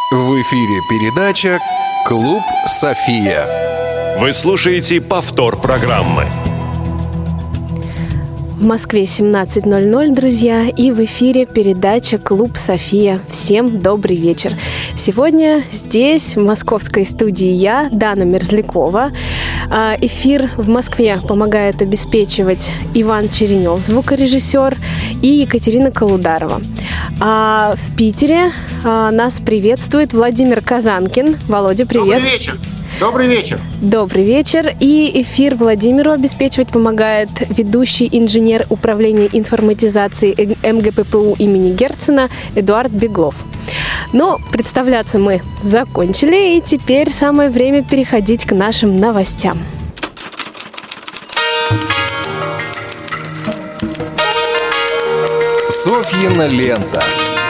В эфире передача «Клуб София». Вы слушаете повтор программы. В Москве 17:00, друзья, и в эфире передача «Клуб София». Всем добрый вечер. Сегодня здесь, в московской студии, я, Дана Мерзлякова. Эфир в Москве помогает обеспечивать Иван Черенев, звукорежиссер, и Екатерина Колударова. А в Питере нас приветствует Владимир Казанкин. Володя, привет. Добрый вечер. Добрый вечер. Добрый вечер. И эфир Владимиру обеспечивать помогает ведущий инженер управления информатизации МГППУ имени Герцена Эдуард Беглов. Но представляться мы закончили, и теперь самое время переходить к нашим новостям. Софьина лента.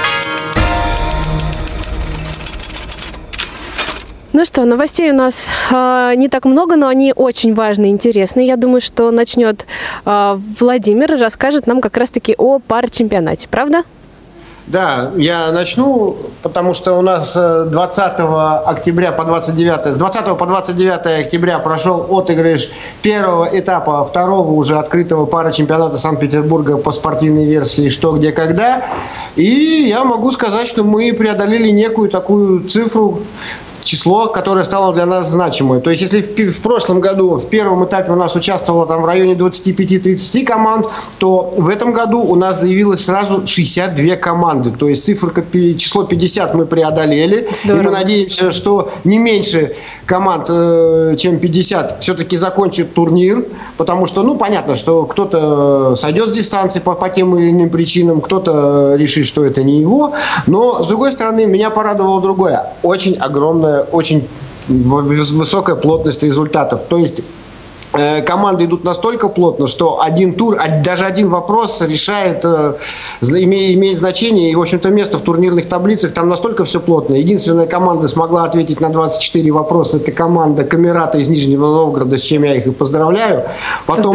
Ну что, новостей у нас не так много, но они очень важные и интересные. Я думаю, что начнет Владимир и расскажет нам как раз-таки о парачемпионате, правда? Да, я начну, потому что у нас 20 октября по 29, с 20 по 29 октября прошел отыгрыш первого этапа второго уже открытого парачемпионата Санкт-Петербурга по спортивной версии «Что, где, когда». И я могу сказать, что мы преодолели некую такую цифру, число, которое стало для нас значимое. То есть, если в прошлом году в первом этапе у нас участвовало там в районе 25-30 команд, то в этом году у нас заявилось сразу 62 команды. То есть, число 50 мы преодолели. Здорово. И мы надеемся, что не меньше команд, чем 50, все-таки закончит турнир. Потому что, понятно, что кто-то сойдет с дистанции по тем или иным причинам, кто-то решит, что это не его. Но, с другой стороны, меня порадовало другое. Очень огромное, очень высокая плотность результатов. То есть команды идут настолько плотно, что один тур, даже один вопрос решает, имеет значение, и, в общем-то, место в турнирных таблицах там настолько все плотно. Единственная команда смогла ответить на 24 вопроса, это команда Камерата из Нижнего Новгорода, с чем я их и поздравляю. Потом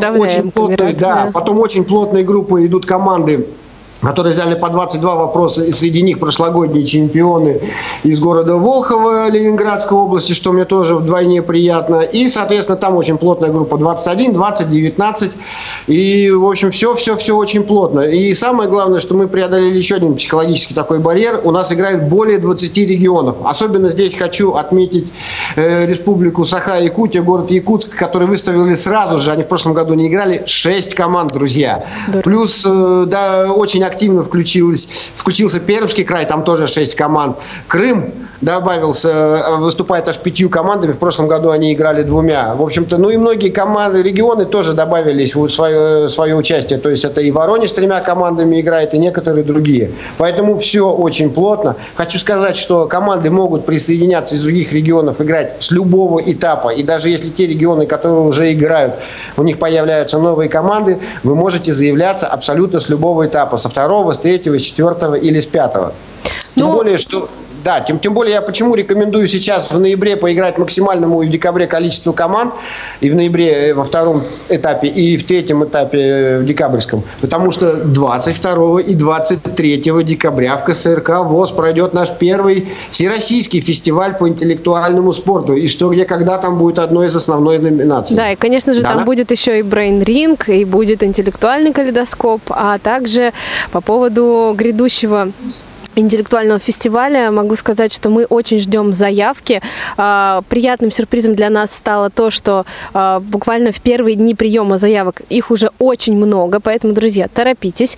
очень плотные группы идут команды, которые взяли по 22 вопроса, и среди них прошлогодние чемпионы из города Волхова Ленинградской области, что мне тоже вдвойне приятно. И, соответственно, там очень плотная группа 21, 20, 19. И, в общем, все очень плотно. И самое главное, что мы преодолели еще один психологический такой барьер. У нас играют более 20 регионов. Особенно здесь хочу отметить республику Саха-Якутия, город Якутск, который выставили сразу же, они в прошлом году не играли, 6 команд, друзья. Здорово. Плюс, очень активно включился Пермский край, там тоже 6 команд. Крым добавился, выступает аж 5 командами. В прошлом году они играли 2. В общем-то, и многие команды, регионы тоже добавились в свое участие. То есть это и Воронеж с 3 командами играет, и некоторые другие. Поэтому все очень плотно. Хочу сказать, что команды могут присоединяться из других регионов, играть с любого этапа. И даже если те регионы, которые уже играют, у них появляются новые команды, вы можете заявляться абсолютно с любого этапа. Со 2, с 3, с 4 или с 5. Тем более, что... Да, тем более я почему рекомендую сейчас в ноябре поиграть максимальному и в декабре количеству команд, и в ноябре во 2 этапе, и в 3 этапе в декабрьском. Потому что 22 и 23 декабря в КСРК ВОС пройдет наш первый всероссийский фестиваль по интеллектуальному спорту. И «Что, где, когда» там будет одной из основной номинаций. Да, и, конечно же, там будет еще и брейн-ринг, и будет интеллектуальный калейдоскоп, а также по поводу грядущего интеллектуального фестиваля могу сказать, что мы очень ждем заявки. Приятным сюрпризом для нас стало то, что буквально в первые дни приема заявок их уже очень много, поэтому, друзья, торопитесь.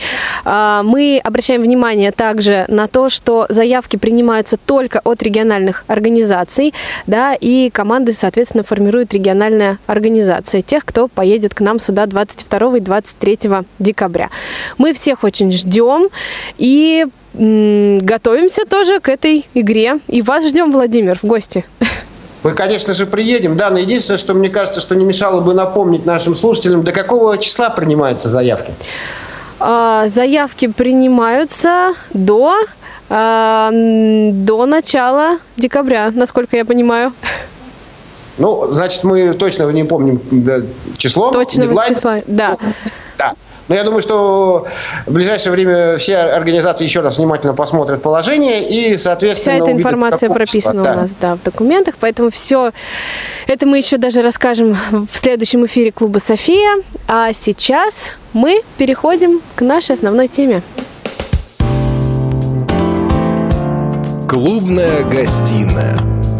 Мы обращаем внимание также на то, что заявки принимаются только от региональных организаций, да, и команды, соответственно, формирует региональная организация тех, кто поедет к нам сюда 22 и 23 декабря. Мы всех очень ждем и готовимся тоже к этой игре. И вас ждем, Владимир, в гости. Мы, конечно же, приедем. Да, но единственное, что мне кажется, что не мешало бы напомнить нашим слушателям, до какого числа принимаются заявки? Заявки принимаются до начала декабря, насколько я понимаю. Значит, мы точно не помним число. Точного числа, да. Да. Но я думаю, что в ближайшее время все организации еще раз внимательно посмотрят положение и, соответственно, вся эта информация прописана у нас, в документах, поэтому все это мы еще даже расскажем в следующем эфире клуба «София». А сейчас мы переходим к нашей основной теме. Клубная гостиная.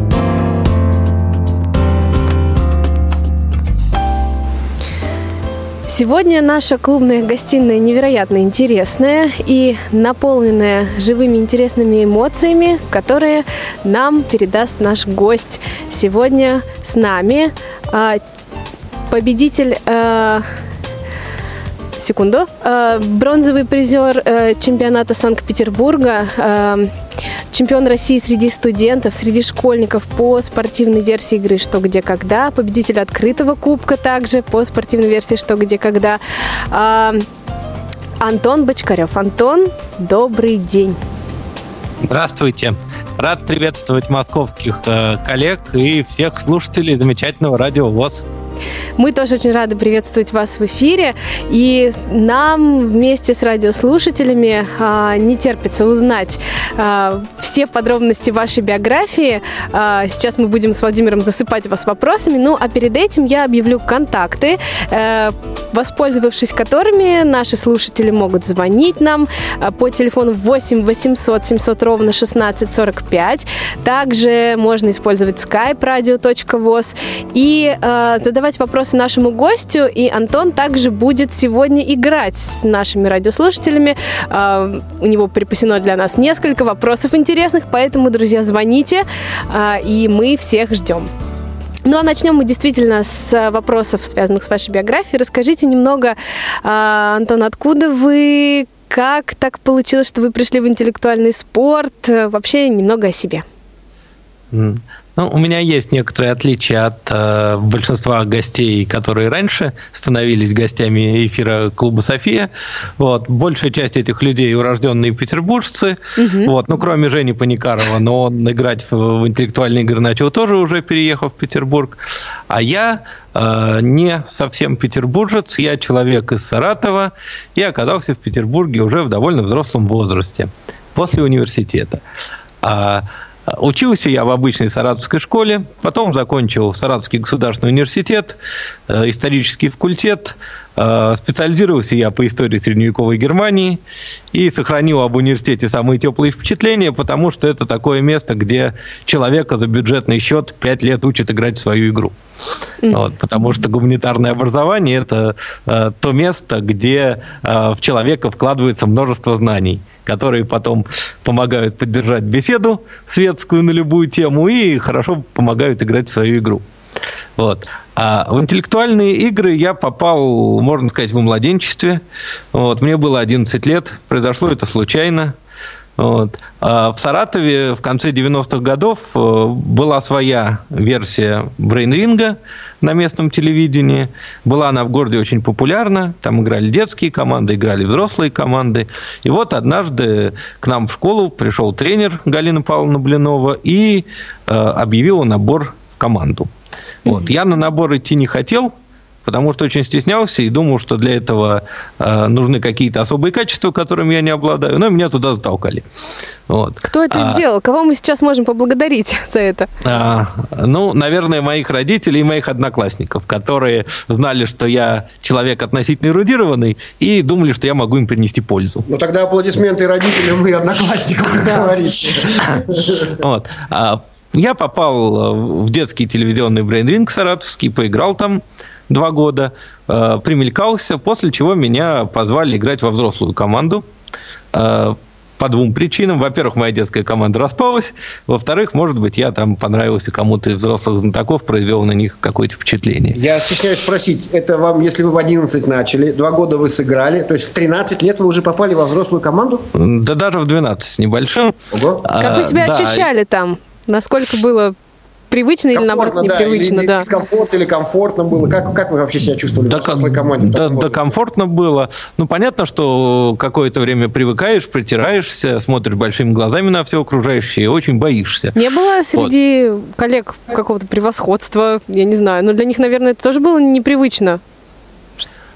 Сегодня наша клубная гостиная невероятно интересная и наполненная живыми интересными эмоциями, которые нам передаст наш гость. Сегодня с нами победитель... бронзовый призер чемпионата Санкт-Петербурга, чемпион России среди студентов, среди школьников по спортивной версии игры «Что, где, когда», победитель открытого кубка также по спортивной версии «Что, где, когда», Антон Бочкарев. Антон, добрый день. Здравствуйте. Рад приветствовать московских коллег и всех слушателей замечательного радио ВОС. Мы тоже очень рады приветствовать вас в эфире. И нам вместе с радиослушателями не терпится узнать все подробности вашей биографии. Сейчас мы будем с Владимиром засыпать вас вопросами. Ну, а перед этим я объявлю контакты, воспользовавшись которыми наши слушатели могут звонить нам по телефону 8 800 700 ровно 1645. Также можно использовать skype radio.voz и задавать вопросы нашему гостю, и Антон также будет сегодня играть с нашими радиослушателями. У него припасено для нас несколько вопросов интересных, поэтому, друзья, звоните, и мы всех ждем. Ну, а начнем мы действительно с вопросов, связанных с вашей биографией. Расскажите немного, Антон, откуда вы, как так получилось, что вы пришли в интеллектуальный спорт, вообще немного о себе. Ну, у меня есть некоторые отличия от большинства гостей, которые раньше становились гостями эфира клуба «София». Вот. Большая часть этих людей урожденные петербуржцы. Вот. Ну, кроме Жени Паникарова, но он играть в интеллектуальные игры начал тоже уже переехав в Петербург. А я не совсем петербуржец, я человек из Саратова и оказался в Петербурге уже в довольно взрослом возрасте, после университета. Учился я в обычной саратовской школе, потом закончил Саратовский государственный университет, исторический факультет, специализировался я по истории средневековой Германии и сохранил об университете самые теплые впечатления, потому что это такое место, где человека за бюджетный счет 5 лет учат играть в свою игру. Вот, потому что гуманитарное образование – это то место, где в человека вкладывается множество знаний, которые потом помогают поддержать беседу светскую на любую тему и хорошо помогают играть в свою игру. Вот. А в интеллектуальные игры я попал, можно сказать, в младенчестве. Вот. Мне было 11 лет, произошло это случайно. Вот. А в Саратове в конце 90-х годов была своя версия брейн-ринга на местном телевидении. Была она в городе очень популярна. Там играли детские команды, играли взрослые команды. И вот однажды к нам в школу пришел тренер Галина Павловна Блинова и объявила набор в команду. Вот. Я на набор идти не хотел, потому что очень стеснялся и думал, что для этого нужны какие-то особые качества, которыми я не обладаю. Но меня туда затолкали. Вот. Кто это сделал? Кого мы сейчас можем поблагодарить за это? Ну, наверное, моих родителей и моих одноклассников, которые знали, что я человек относительно эрудированный, и думали, что я могу им принести пользу. Ну, тогда аплодисменты родителям и одноклассникам, как говорится. Вот. Я попал в детский телевизионный брейн-ринг саратовский, поиграл там 2 года, примелькался, после чего меня позвали играть во взрослую команду по 2 причинам. Во-первых, моя детская команда распалась. Во-вторых, может быть, я там понравился кому-то из взрослых знатоков, произвел на них какое-то впечатление. Я стесняюсь спросить, это вам, если вы в 11 начали, 2 года вы сыграли, то есть в 13 лет вы уже попали во взрослую команду? Да даже в 12 с небольшим. Ого. Как вы себя ощущали там? Насколько было привычно или, наоборот, непривычно? Или дискомфорт, или комфортно было? Как вы вообще себя чувствовали в взрослой команде? Да, комфортно было. Ну, понятно, что какое-то время привыкаешь, притираешься, смотришь большими глазами на все окружающее, очень боишься. Не было среди коллег какого-то превосходства, я не знаю, но для них, наверное, это тоже было непривычно.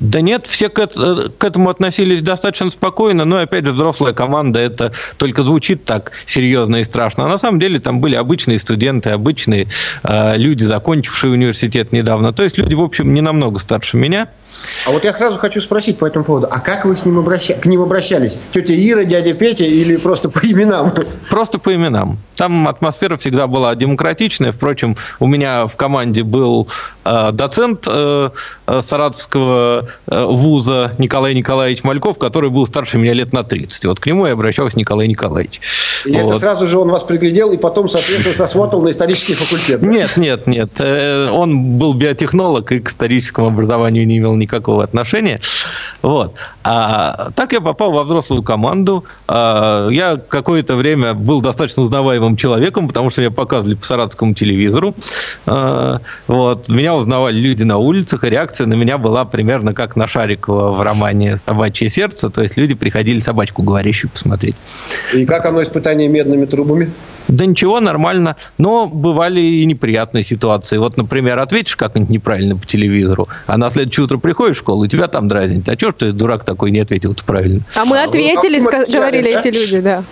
Да нет, все к этому относились достаточно спокойно, но, опять же, взрослая команда, это только звучит так серьезно и страшно. А на самом деле там были обычные студенты, обычные люди, закончившие университет недавно. То есть люди, в общем, не намного старше меня. А вот я сразу хочу спросить по этому поводу. А как вы к ним обращались? Тетя Ира, дядя Петя или просто по именам? Просто по именам. Там атмосфера всегда была демократичная. Впрочем, у меня в команде был доцент Саратовского вуза Николай Николаевич Мальков, который был старше меня лет на 30. Вот к нему я обращался Николай Николаевич. И это сразу же он вас приглядел и потом, соответственно, сосватал на исторический факультет? Да? Нет. Он был биотехнолог и к историческому образованию не имел никакого отношения. Вот. А так я попал во взрослую команду. Я какое-то время был достаточно узнаваемым человеком, потому что меня показывали по саратовскому телевизору. Вот. Меня узнавали люди на улицах, и реакция на меня была примерно как на Шарикова в романе «Собачье сердце». То есть люди приходили собачку говорящую посмотреть. И как оно, испытание медными трубами? Да ничего, нормально. Но бывали и неприятные ситуации. Вот, например, ответишь как-нибудь неправильно по телевизору, а на следующее утро приходишь в школу, и тебя там дразнят. А чего ж ты, дурак такой, не ответил-то правильно? А мы ответили, говорили эти люди, да.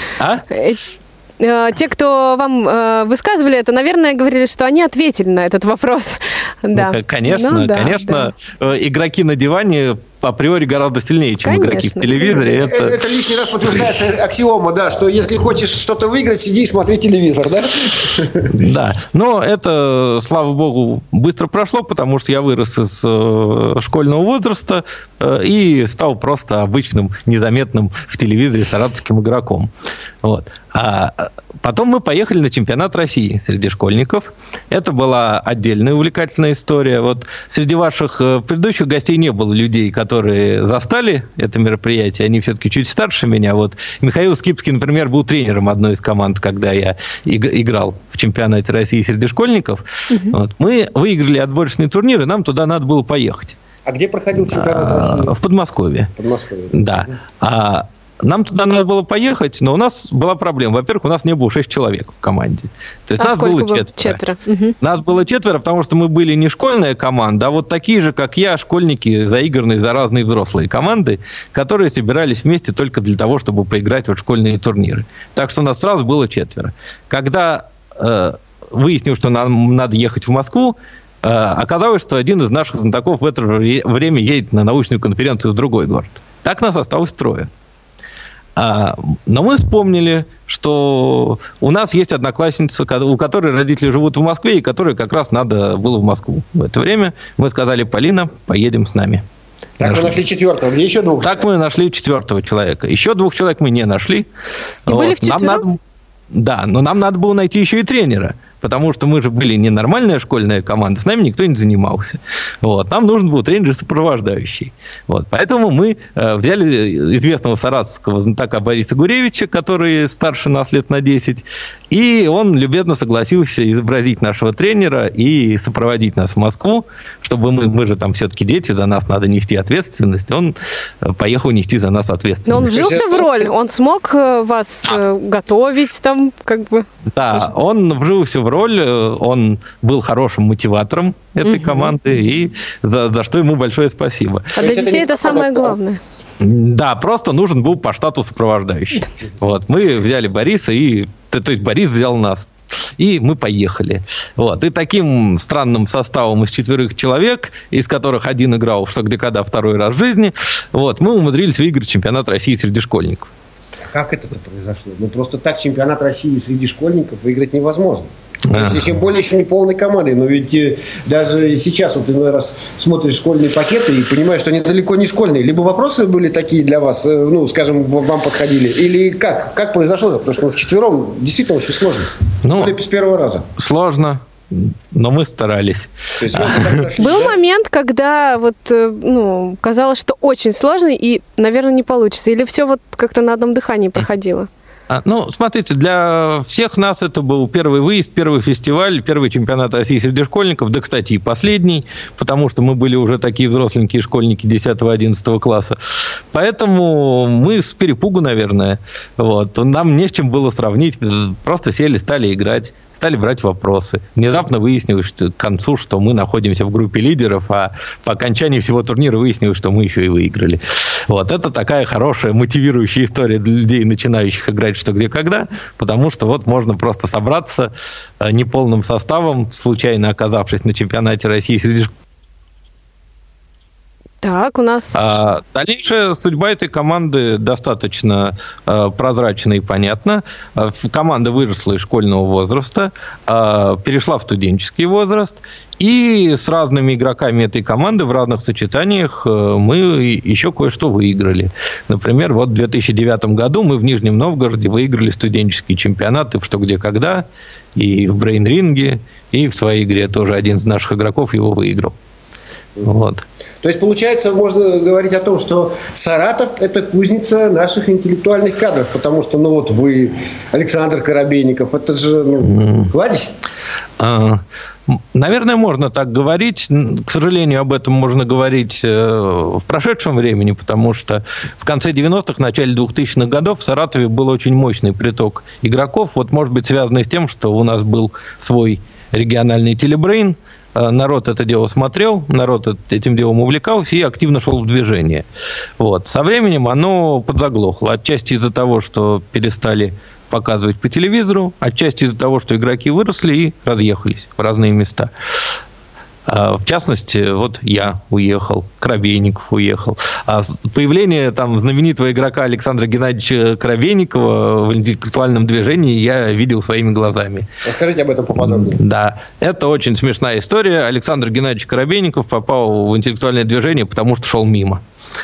Те, кто вам высказывали это, наверное, говорили, что они ответили на этот вопрос. Да. Ну, конечно. Игроки на диване априори гораздо сильнее, чем игроки в телевизоре. Это лишний раз подтверждается аксиома, да, что если хочешь что-то выиграть, сиди и смотри телевизор, да? Да, но это, слава богу, быстро прошло, потому что я вырос из школьного возраста и стал просто обычным, незаметным в телевизоре саратовским игроком. Вот. А потом мы поехали на чемпионат России среди школьников. Это была отдельная увлекательная история. Вот среди ваших предыдущих гостей не было людей, которые застали это мероприятие. Они все-таки чуть старше меня. Вот Михаил Скипский, например, был тренером одной из команд, когда я играл в чемпионате России среди школьников. Вот. Мы выиграли отборочный турнир, и нам туда надо было поехать. А где проходил чемпионат России? В Подмосковье. Да. Нам туда надо было поехать, но у нас была проблема. Во-первых, у нас не было 6 человек в команде. То есть нас было четверо. Нас было четверо, потому что мы были не школьная команда, а вот такие же, как я, школьники, заигранные за разные взрослые команды, которые собирались вместе только для того, чтобы поиграть в школьные турниры. Так что у нас сразу было четверо. Когда выяснилось, что нам надо ехать в Москву, оказалось, что один из наших знатоков в это время едет на научную конференцию в другой город. Так нас осталось трое. Но мы вспомнили, что у нас есть одноклассница, у которой родители живут в Москве, и которой как раз надо было в Москву в это время. Мы сказали: Полина, поедем с нами. Так мы нашли четвертого, где еще двух? Так мы нашли четвертого человека. Еще двух человек мы не нашли. И были вчетвером? Да, но нам надо было найти еще и тренера, потому что мы же были не нормальная школьная команда, с нами никто не занимался. Вот. Нам нужен был тренер сопровождающий. Вот. Поэтому мы взяли известного саратовского знатока Бориса Гуревича, который старше нас лет на 10, и он любезно согласился изобразить нашего тренера и сопроводить нас в Москву, чтобы мы же там все-таки дети, за нас надо нести ответственность. Он поехал нести за нас ответственность. Но он вжился в роль, он смог вас готовить там, как бы... Да, он вжился в роль, он был хорошим мотиватором этой команды, и за что ему большое спасибо. А для детей это самое главное. Да, просто нужен был по штату сопровождающий. Вот, мы взяли Бориса, то есть Борис взял нас. И мы поехали. Вот. И таким странным составом из 4 человек, из которых один играл в «Что, где, когда» второй раз в жизни, вот, мы умудрились выиграть чемпионат России среди школьников. Как это произошло? Ну, просто так чемпионат России среди школьников выиграть невозможно. Тем более еще не полной командой. Но ведь даже сейчас вот иной раз смотришь школьные пакеты и понимаешь, что они далеко не школьные. Либо вопросы были такие для вас, ну, скажем, вам подходили, или как произошло? Потому что вчетвером действительно очень сложно. Более с первого раза. Сложно. Но мы старались. Был момент, когда вот, казалось, что очень сложно и, наверное, не получится. Или все вот как-то на одном дыхании проходило? Смотрите, для всех нас это был первый выезд, первый фестиваль, первый чемпионат России среди школьников, да, кстати, и последний, потому что мы были уже такие взросленькие школьники 10-11 класса. Поэтому мы с перепугу, наверное, вот, нам не с чем было сравнить, просто сели, стали играть. стали брать вопросы. Внезапно выяснилось что, к концу, что мы находимся в группе лидеров, а по окончании всего турнира выяснилось, что мы еще и выиграли. Вот. Это такая хорошая, мотивирующая история для людей, начинающих играть «Что, где, когда», потому что вот можно просто собраться неполным составом, случайно оказавшись на чемпионате России среди. Так, у нас... Дальнейшая судьба этой команды достаточно прозрачна и понятна. Команда выросла из школьного возраста, перешла в студенческий возраст, и с разными игроками этой команды в разных сочетаниях мы еще кое-что выиграли. Например, вот в 2009 году мы в Нижнем Новгороде выиграли студенческие чемпионаты в «Что, где, когда», и в брейн-ринге, и в своей игре тоже один из наших игроков его выиграл. Вот. То есть, получается, можно говорить о том, что Саратов – это кузница наших интеллектуальных кадров, потому что, ну, вот вы, Александр Коробейников, это же, кладезь? Наверное, можно так говорить. К сожалению, об этом можно говорить в прошедшем времени, потому что в конце 90-х, начале 2000-х годов в Саратове был очень мощный приток игроков. Вот, может быть, связанный с тем, что у нас был свой региональный телебрейн. Народ это дело смотрел, народ этим делом увлекался и активно шел в движение. Вот. Со временем оно подзаглохло. Отчасти из-за того, что перестали показывать по телевизору, отчасти из-за того, что игроки выросли и разъехались в разные места. В частности, вот я уехал, Коробейников уехал. А появление там знаменитого игрока Александра Геннадьевича Коробейникова в интеллектуальном движении я видел своими глазами. Расскажите об этом поподробнее. Да, это очень смешная история. Александр Геннадьевич Коробейников попал в интеллектуальное движение, потому что шел мимо.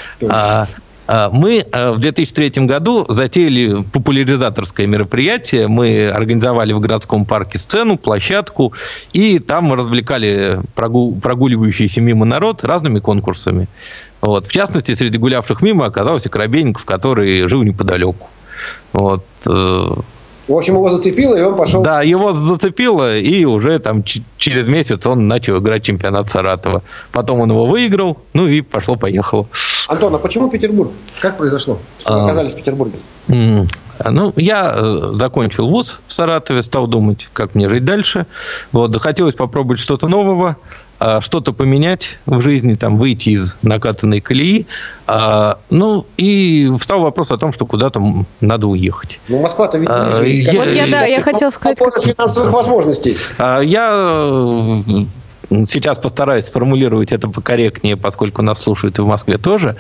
Мы в 2003 году затеяли популяризаторское мероприятие. Мы организовали в городском парке сцену, площадку, и там мы развлекали прогуливающийся мимо народ разными конкурсами. Вот. В частности, среди гулявших мимо оказался Коробейников, который жил неподалеку. Вот. В общем, его зацепило, и он пошел... Да, его зацепило, и уже там через месяц он начал играть чемпионат Саратова. Потом он его выиграл, ну и пошло-поехало. Антон, а почему Петербург? Как произошло, что вы оказались в Петербурге? Ну, я закончил вуз в Саратове, стал думать, как мне жить дальше. Вот, хотелось попробовать что-то нового, что-то поменять в жизни, там, выйти из накатанной колеи. Ну, и встал вопрос о том, что куда-то надо уехать. Ну, Москва-то ведь я хотел сказать... финансовых возможностей. Я... Сейчас постараюсь сформулировать это покорректнее, поскольку нас слушают и в Москве тоже.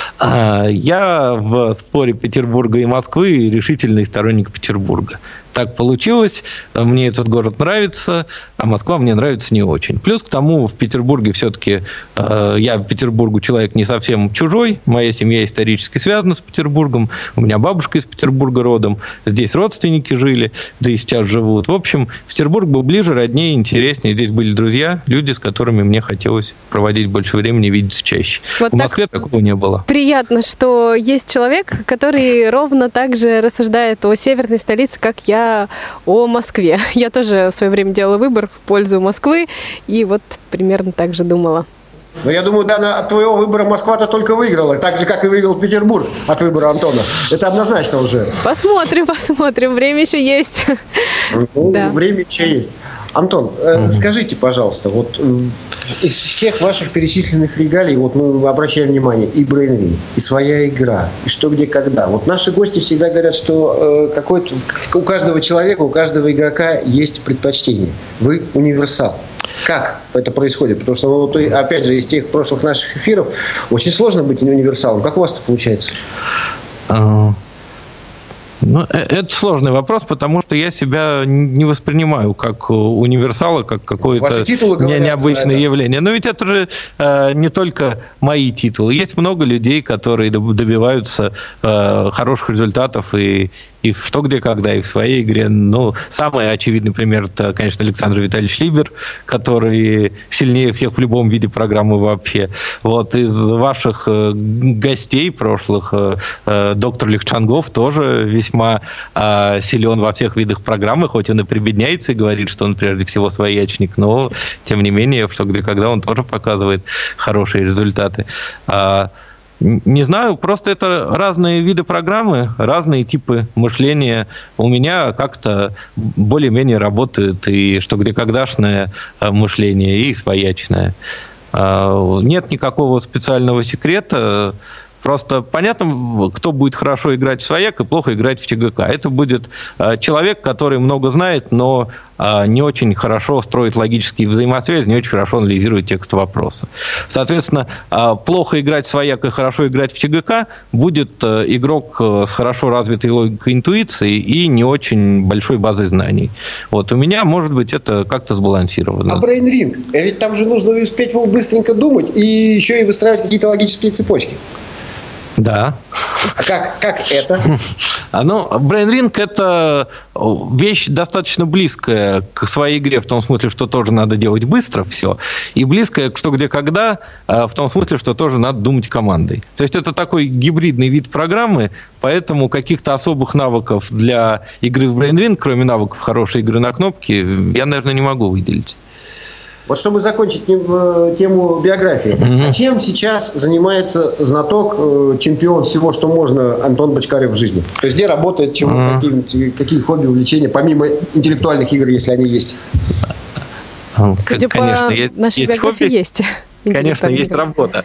Я в споре Петербурга и Москвы решительный сторонник Петербурга. Так получилось. Мне этот город нравится, а Москва мне нравится не очень. Плюс к тому, в Петербурге все-таки я Петербургу человек не совсем чужой. Моя семья исторически связана с Петербургом. У меня бабушка из Петербурга родом. Здесь родственники жили, да и сейчас живут. В общем, Петербург был ближе, роднее, интереснее. Здесь были друзья, люди, с которыми мне хотелось проводить больше времени, видеться чаще. Вот в Москве такого не было. Приятно, что есть человек, который ровно так же рассуждает о северной столице, как я о Москве. Я тоже в свое время делала выбор в пользу Москвы, и вот примерно так же думала. Но я думаю, да, от твоего выбора Москва-то только выиграла, так же, как и выиграл Петербург от выбора Антона. Это однозначно уже. Посмотрим, время еще есть. Ну, да. Время еще есть. Антон, скажите, пожалуйста, вот из всех ваших перечисленных регалий, вот мы обращаем внимание, и брейн-ринг, и своя игра, и что, где, когда. Вот наши гости всегда говорят, что у каждого человека, у каждого игрока есть предпочтение. Вы универсал. Как это происходит? Потому что, вот, опять же, из тех прошлых наших эфиров очень сложно быть универсалом. Как у вас это получается? Ну, это сложный вопрос, потому что я себя не воспринимаю как универсала, как какое-то необычное явление. Но ведь это же не только мои титулы. Есть много людей, которые добиваются хороших результатов и в «Что, где, когда», и в своей игре. Ну, самый очевидный пример – это, конечно, Александр Витальевич Либер, который сильнее всех в любом виде программы вообще. Вот из ваших гостей прошлых доктор Лихчангов тоже весьма силен во всех видах программы, хоть он и прибедняется и говорит, что он прежде всего своячник, но, тем не менее, в «Что, где, когда» он тоже показывает хорошие результаты. Не знаю, просто это разные виды программы, разные типы мышления. У меня как-то более-менее работает и что где когдашное мышление, и своячное. Нет никакого специального секрета. Просто понятно, кто будет хорошо играть в свояк и плохо играть в ЧГК. Это будет человек, который много знает, но не очень хорошо строит логические взаимосвязи, не очень хорошо анализирует текст вопроса. Соответственно, плохо играть в свояк и хорошо играть в ЧГК будет игрок с хорошо развитой логикой интуиции и не очень большой базой знаний. Вот. У меня, может быть, это как-то сбалансировано. А брейн-ринг? Ведь там же нужно успеть быстренько думать и еще и выстраивать какие-то логические цепочки. Да. А как это? Брейн-ринг – это вещь достаточно близкая к своей игре, в том смысле, что тоже надо делать быстро все, и близкая к что, где, когда, в том смысле, что тоже надо думать командой. То есть это такой гибридный вид программы, поэтому каких-то особых навыков для игры в брейн-ринг, кроме навыков хорошей игры на кнопки, я, наверное, не могу выделить. Вот чтобы закончить тему биографии. Чем сейчас занимается знаток, чемпион всего, что можно, Антон Бочкарев в жизни? То есть где работает, какие хобби, увлечения, помимо интеллектуальных игр, если они есть? Судя по нашей биографии, есть. Конечно, есть работа.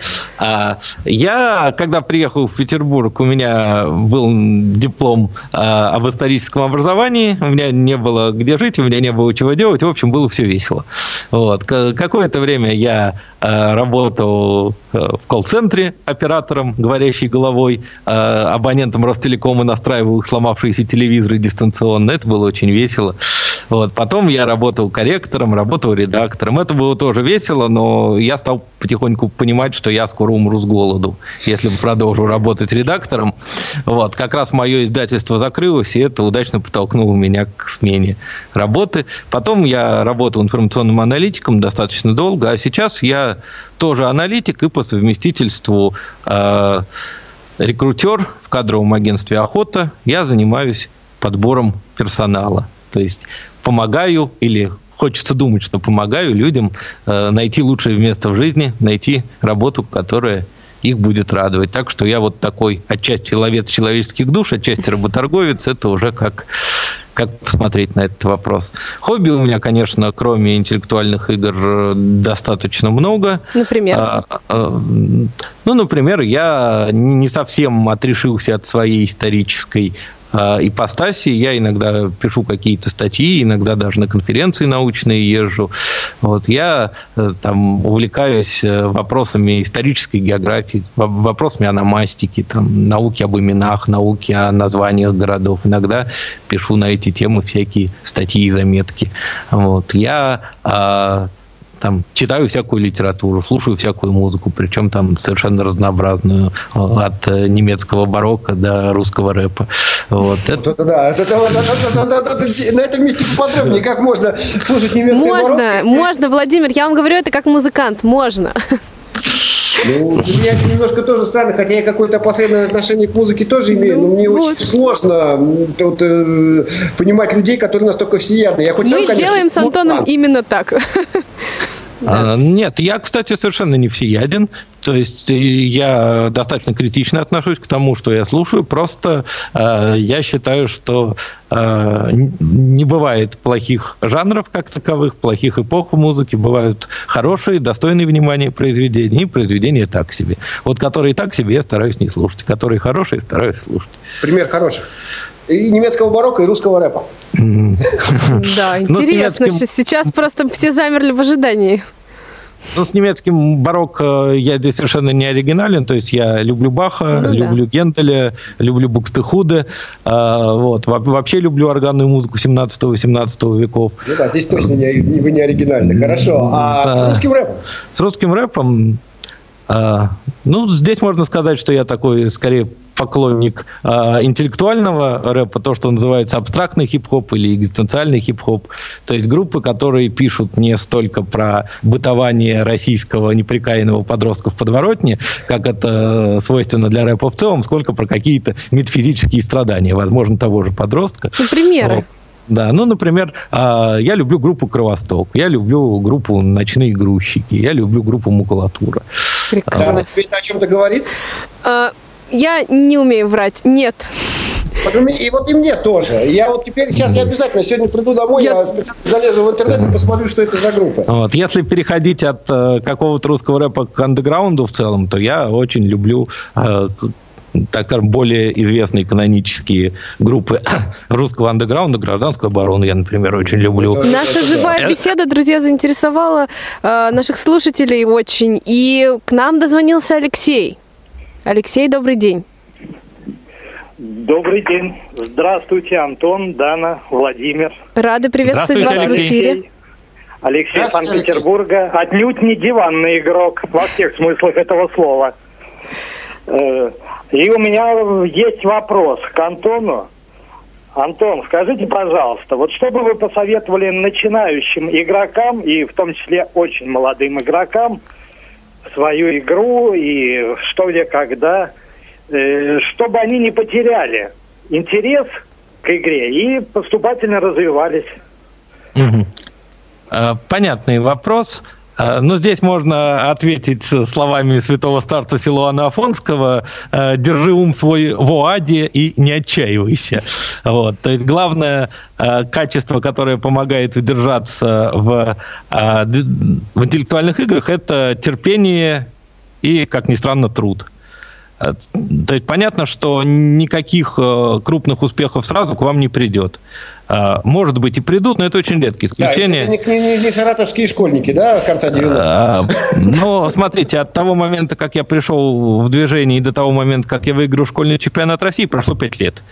Я, когда приехал в Петербург, у меня был диплом об историческом образовании, у меня не было где жить, у меня не было чего делать, в общем, было все весело. Вот. Какое-то время я работал в колл-центре оператором, говорящей головой, абонентом Ростелекома, настраивал их сломавшиеся телевизоры дистанционно. Это было очень весело. Вот. Потом я работал корректором, работал редактором. Это было тоже весело, но я стал потихоньку понимать, что я скоро умру с голоду, если продолжу работать редактором. Вот. Как раз мое издательство закрылось, и это удачно подтолкнуло меня к смене работы. Потом я работал информационным аналитиком достаточно долго, а сейчас я тоже аналитик и по совместительству рекрутер в кадровом агентстве «Охота». Я занимаюсь подбором персонала. То есть помогаю, или хочется думать, что помогаю людям найти лучшее место в жизни, найти работу, которая их будет радовать. Так что я вот такой отчасти ловец человеческих душ, отчасти работорговец. Это уже как посмотреть на этот вопрос. Хобби у меня, конечно, кроме интеллектуальных игр, достаточно много. Например? Например, я не совсем отрешился от своей исторической ипостаси. Я иногда пишу какие-то статьи, иногда даже на конференции научные езжу. Вот. Я там увлекаюсь вопросами исторической географии, вопросами ономастики, там, науки об именах, науки о названиях городов. Иногда пишу на эти темы всякие статьи и заметки. Вот. Я читаю всякую литературу, слушаю всякую музыку, причем там совершенно разнообразную, от немецкого барокко до русского рэпа. Вот. На этом месте поподробнее, как можно слушать немецкое барокко? Можно, Владимир, я вам говорю, это как музыкант, можно. Для меня это немножко тоже странно, хотя я какое-то опосредованное отношение к музыке тоже имею, но мне очень сложно понимать людей, которые настолько всеядны. Мы делаем с Антоном именно так. Нет, я, кстати, совершенно не всеяден. То есть я достаточно критично отношусь к тому, что я слушаю. Просто я считаю, что не бывает плохих жанров как таковых, плохих эпох в музыке. Бывают хорошие, достойные внимания произведения, и произведения так себе. Вот которые так себе, я стараюсь не слушать. Которые хорошие, стараюсь слушать. Пример хороших. И немецкого барокко, и русского рэпа. Да, интересно. Сейчас просто все замерли в ожидании. С немецким барокко я здесь совершенно не оригинален. То есть я люблю Баха, люблю Генделя, люблю Букстехуде. Вот. Вообще люблю органную музыку 17-18 веков. Ну да, здесь точно вы не оригинальны. Хорошо. А с русским рэпом? С русским рэпом... здесь можно сказать, что я такой, скорее, поклонник интеллектуального рэпа, то, что называется абстрактный хип-хоп или экзистенциальный хип-хоп. То есть группы, которые пишут не столько про бытование российского неприкаянного подростка в подворотне, как это свойственно для рэпа в целом, сколько про какие-то метафизические страдания, возможно, того же подростка. Примеры. Да, например, я люблю группу «Кровосток», я люблю группу «Ночные грузчики», я люблю группу «Макулатура». Прекрасно. Это о чем-то говорит? Я не умею врать, нет. И вот и мне тоже. Я вот теперь, сейчас я обязательно сегодня приду домой, я специально залезу в интернет и посмотрю, что это за группа. Вот. Если переходить от какого-то русского рэпа к андеграунду в целом, то я очень люблю, так скажем, более известные канонические группы русского андеграунда, гражданскую оборону я, например, очень люблю. Наша живая беседа, друзья, заинтересовала наших слушателей очень. И к нам дозвонился Алексей. Алексей, добрый день. Добрый день. Здравствуйте, Антон, Дана, Владимир. Рады приветствовать вас в эфире. Алексей из Санкт-Петербурга. Отнюдь не диванный игрок во всех смыслах этого слова. И у меня есть вопрос к Антону. Антон, скажите, пожалуйста, вот что бы вы посоветовали начинающим игрокам, и в том числе очень молодым игрокам, свою игру и что, где, когда, чтобы они не потеряли интерес к игре и поступательно развивались? Понятный вопрос. Но здесь можно ответить словами святого старца Силуана Афонского: «Держи ум свой в оаде и не отчаивайся». Вот. То есть главное качество, которое помогает удержаться в интеллектуальных играх, это терпение и, как ни странно, труд. То есть понятно, что никаких крупных успехов сразу к вам не придет. Может быть, и придут, но это очень редкие исключения. Да, это не саратовские школьники, да, конца 90-х? Но, смотрите, от того момента, как я пришел в движение, и до того момента, как я выиграл школьный чемпионат России, прошло 5 лет.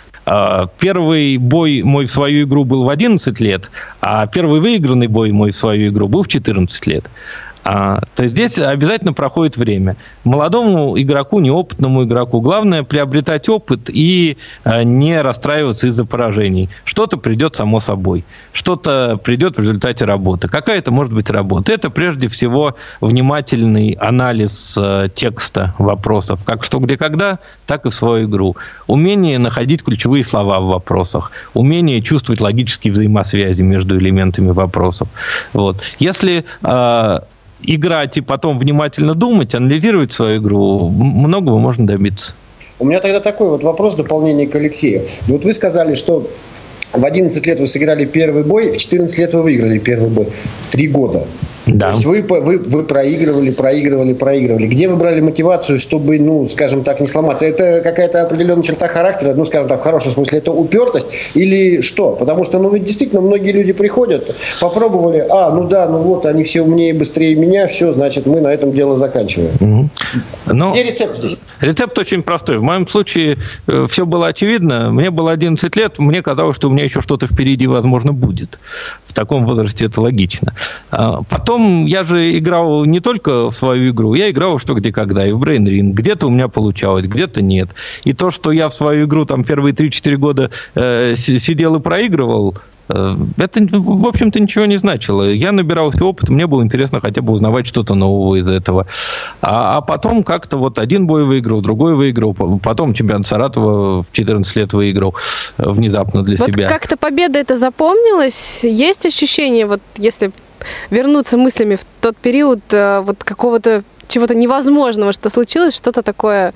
Первый бой мой в свою игру был в 11 лет, а первый выигранный бой мой в свою игру был в 14 лет. То есть здесь обязательно проходит время. Молодому игроку, неопытному игроку главное приобретать опыт и не расстраиваться из-за поражений. Что-то придет само собой, что-то придет в результате работы. Какая-то может быть работа. Это прежде всего внимательный анализ текста вопросов, как что, где, когда, так и в свою игру. Умение находить ключевые слова в вопросах, умение чувствовать логические взаимосвязи между элементами вопросов. Вот. Если играть и потом внимательно думать, анализировать свою игру, многого можно добиться. У меня тогда такой вот вопрос, дополнение к Алексею. Вот вы сказали, что в 11 лет вы сыграли первый бой, в 14 лет вы выиграли первый бой. 3 года. Да. То есть вы проигрывали. Где вы брали мотивацию, чтобы, скажем так, не сломаться? Это какая-то определенная черта характера, скажем так, в хорошем смысле, это упертость или что? Потому что, ведь действительно многие люди приходят, попробовали, они все умнее, быстрее меня, все, значит, мы на этом дело заканчиваем. Где рецепт здесь? Рецепт очень простой. В моем случае все было очевидно. Мне было 11 лет, мне казалось, что у меня еще что-то впереди, возможно, будет. В таком возрасте это логично. Потом я же играл не только в свою игру, я играл что, где, когда, и в Brain Ring. Где-то у меня получалось, где-то нет. И то, что я в свою игру там первые 3-4 года сидел и проигрывал, это, в общем-то, ничего не значило. Я набирался опыта, мне было интересно хотя бы узнавать что-то нового из этого. А потом как-то вот один бой выиграл, другой выиграл, потом чемпионат Саратова в 14 лет выиграл внезапно для себя. Вот как-то победа это запомнилась? Есть ощущение, вот если вернуться мыслями в тот период вот какого-то чего-то невозможного, что случилось, что-то такое,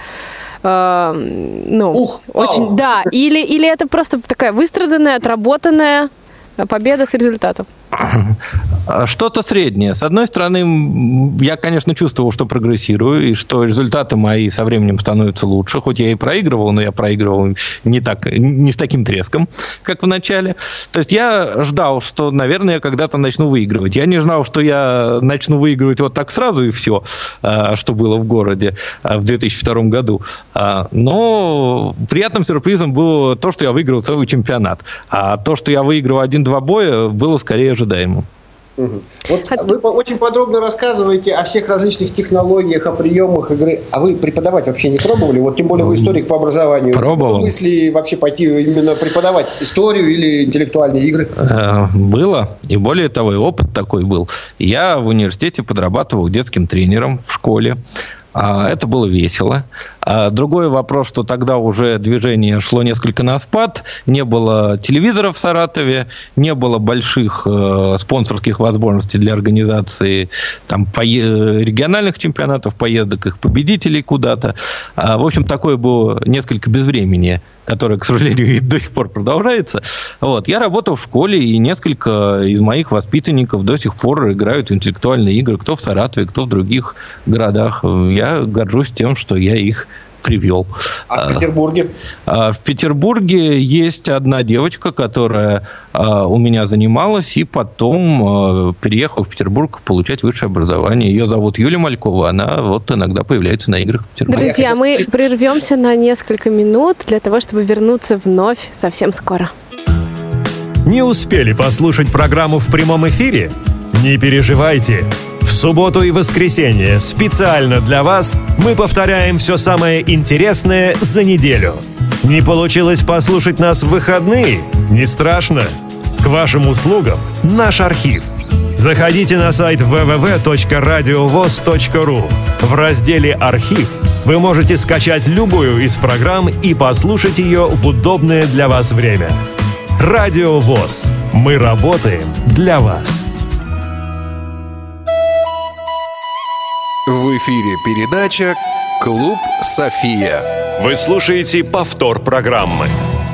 очень, да, или это просто такая выстраданная, отработанная победа с результатом? Что-то среднее. С одной стороны, я, конечно, чувствовал, что прогрессирую, и что результаты мои со временем становятся лучше. Хоть я и проигрывал, но я проигрывал не с таким треском, как в начале. То есть я ждал, что, наверное, я когда-то начну выигрывать. Я не ждал, что я начну выигрывать вот так сразу и все, что было в городе в 2002 году. Но приятным сюрпризом было то, что я выиграл целый чемпионат. А то, что я выиграл 1-2 боя, было скорее ожидаемо. Вот вы очень подробно рассказываете о всех различных технологиях, о приемах игры. А вы преподавать вообще не пробовали? Вот тем более вы историк по образованию. Пробовал. В смысле вообще пойти именно преподавать историю или интеллектуальные игры? Было. И более того, и опыт такой был. Я в университете подрабатывал детским тренером в школе. Это было весело. Другой вопрос, что тогда уже движение шло несколько на спад, не было телевизоров в Саратове, не было больших спонсорских возможностей для организации там, региональных чемпионатов, поездок их победителей куда-то. В общем, такое было несколько безвременье, которое, к сожалению, и до сих пор продолжается. Вот. Я работал в школе, и несколько из моих воспитанников до сих пор играют в интеллектуальные игры, кто в Саратове, кто в других городах. Я горжусь тем, что я их привел. А в Петербурге? В Петербурге есть одна девочка, которая у меня занималась, и потом переехала в Петербург получать высшее образование. Ее зовут Юлия Малькова, она вот иногда появляется на играх в Петербурге. Друзья, мы прервемся на несколько минут для того, чтобы вернуться вновь совсем скоро. Не успели послушать программу в прямом эфире? Не переживайте. В субботу и воскресенье специально для вас мы повторяем все самое интересное за неделю. Не получилось послушать нас в выходные? Не страшно. К вашим услугам наш архив. Заходите на сайт www.radiovoz.ru. В разделе «Архив» вы можете скачать любую из программ и послушать ее в удобное для вас время. Радио ВОЗ. Мы работаем для вас. В эфире передача «Клуб София». Вы слушаете повтор программы.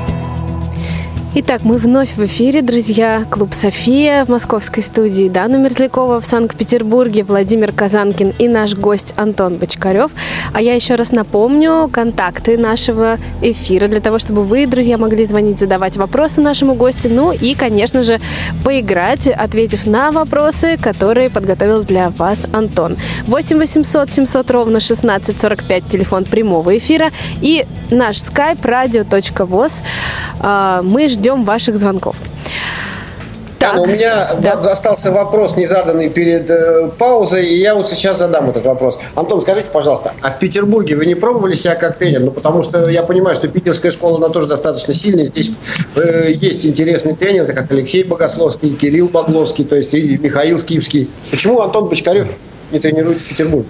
Итак, мы вновь в эфире, друзья. Клуб «София» в московской студии. Дана Мерзлякова в Санкт-Петербурге, Владимир Казанкин и наш гость Антон Бочкарев. А я еще раз напомню контакты нашего эфира для того, чтобы вы, друзья, могли звонить, задавать вопросы нашему гостю. Ну и, конечно же, поиграть, ответив на вопросы, которые подготовил для вас Антон. 8 800 700 ровно 16 45, телефон прямого эфира. И наш skype radio.voz. Мы ждем ваших звонков. Так. У меня остался вопрос, не заданный перед паузой, и я вот сейчас задам этот вопрос. Антон, скажите, пожалуйста, а в Петербурге вы не пробовали себя как тренер? Ну, потому что я понимаю, что питерская школа, она тоже достаточно сильная. Здесь есть интересные тренеры, как Алексей Богословский, Кирилл Багловский, то есть и Михаил Скипский. Почему Антон Бочкарев не тренирует в Петербурге?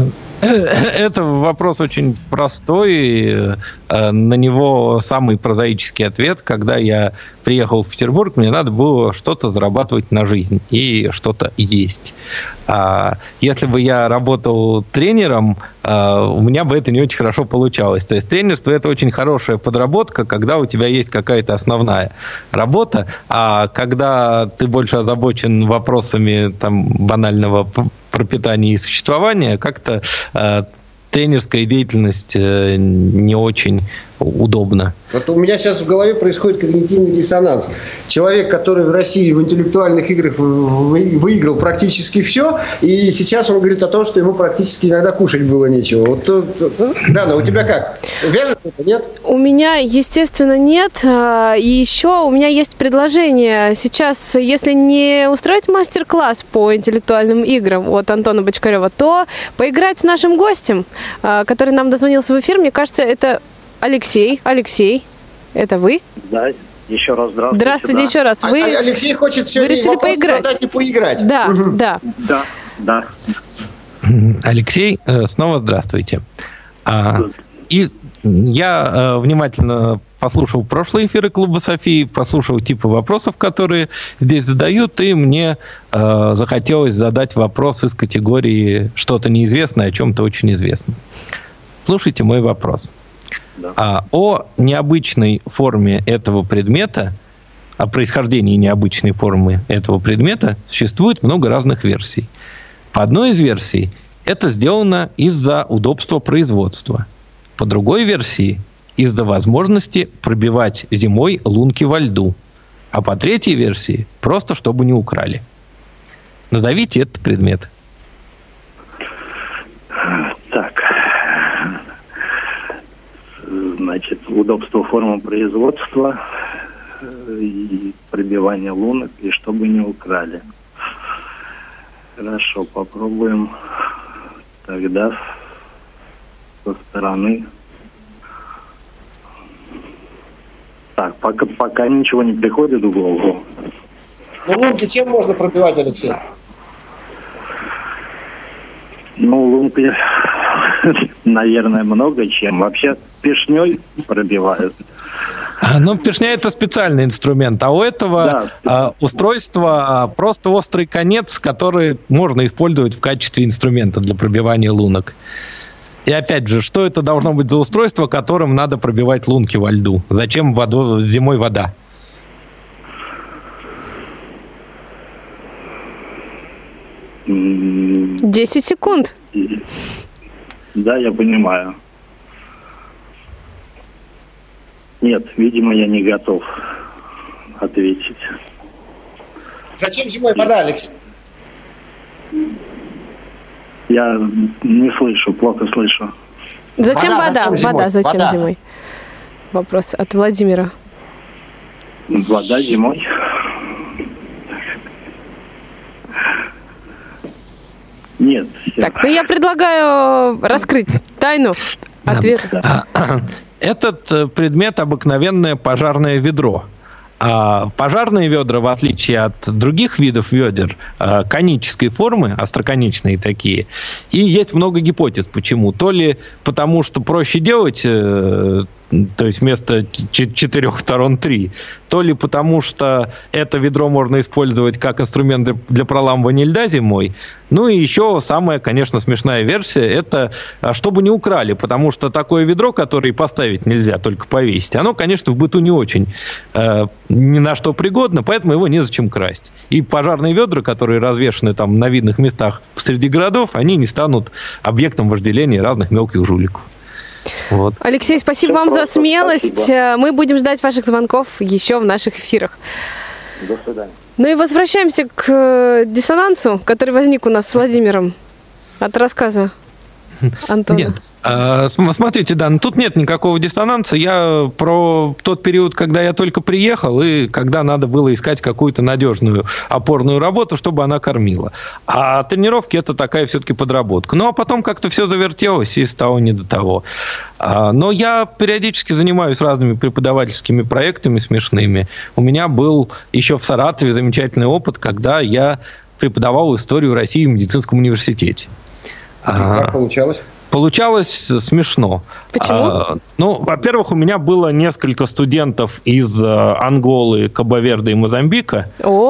Это вопрос очень простой. На него самый прозаический ответ. Когда я приехал в Петербург, мне надо было что-то зарабатывать на жизнь и что-то есть. Если бы я работал тренером, у меня бы это не очень хорошо получалось. То есть тренерство – это очень хорошая подработка, когда у тебя есть какая-то основная работа, а когда ты больше озабочен вопросами там, банального пропитания и существования, как-то тренерская деятельность не очень удобна. Вот у меня сейчас в голове происходит когнитивный диссонанс. Человек, который в России в интеллектуальных играх выиграл практически все, и сейчас он говорит о том, что ему практически иногда кушать было нечего. Вот, Дана, у тебя как? Вяжется это, нет? У меня, естественно, нет. И еще у меня есть предложение. Сейчас, если не устроить мастер-класс по интеллектуальным играм от Антона Бочкарева, то поиграть с нашим гостем, который нам дозвонился в эфир. Мне кажется, это Алексей. Алексей, это вы? Да, еще раз здравствуйте. Здравствуйте, еще раз. Вы Алексей хочет сегодня вопрос задать и поиграть. Да, Да. Алексей, снова здравствуйте. И я внимательно послушал прошлые эфиры Клуба Софии, послушал типы вопросов, которые здесь задают, и мне захотелось задать вопрос из категории «что-то неизвестное о чем-то очень известном». Слушайте мой вопрос. Да. О необычной форме этого предмета, о происхождении необычной формы этого предмета существует много разных версий. По одной из версий это сделано из-за удобства производства. По другой версии из-за возможности пробивать зимой лунки во льду. А по третьей версии просто чтобы не украли. Назовите этот предмет. Так. Значит, удобство формы производства и пробивание лунок, и чтобы не украли. Хорошо, попробуем тогда со стороны. Так, пока ничего не приходит в голову. Ну, лунки чем можно пробивать, Алексей? Ну, лунки наверное, много чем. Вообще пешней пробивают. Ну, пешня – это специальный инструмент, а у этого устройства просто острый конец, который можно использовать в качестве инструмента для пробивания лунок. И опять же, что это должно быть за устройство, которым надо пробивать лунки во льду? Зачем зимой вода? М, 10 секунд. Да, я понимаю. Нет, видимо, я не готов ответить. Зачем зимой вода, Алексей? Я не слышу, плохо слышу. Зачем Вода вода? зачем зимой? Вода зачем Вода. зимой? Вопрос от Владимира. Вода зимой. Нет. Так, ну я предлагаю раскрыть тайну ответа. Этот предмет обыкновенное пожарное ведро. А пожарные ведра, в отличие от других видов ведер, конической формы, остроконечные такие, и есть много гипотез, почему. То ли потому, что проще делать, то есть вместо 4 сторон 3, то ли потому, что это ведро можно использовать как инструмент для проламывания льда зимой. Ну и еще самая, конечно, смешная версия, это чтобы не украли, потому что такое ведро, которое поставить нельзя, только повесить, оно, конечно, в быту не очень ни на что пригодно, поэтому его незачем красть. И пожарные ведра, которые развешаны там на видных местах среди городов, они не станут объектом вожделения разных мелких жуликов. Вот. Алексей, спасибо Всё вам за просто, смелость. спасибо. Мы будем ждать ваших звонков еще в наших эфирах. До свидания. Ну и возвращаемся к диссонансу, который возник у нас с Владимиром от рассказа Антона. Нет. Смотрите, да, тут нет никакого диссонанса. Я про тот период, когда я только приехал, и когда надо было искать какую-то надежную опорную работу, чтобы она кормила. А тренировки – это такая все-таки подработка. Ну, а потом как-то все завертелось, и стало не до того. Но я периодически занимаюсь разными преподавательскими проектами смешными. У меня был еще в Саратове замечательный опыт, когда я преподавал историю России в медицинском университете. Как получалось? Получалось смешно. Почему? Ну, во-первых, у меня было несколько студентов из Анголы, Кабо-Верде и Мозамбика,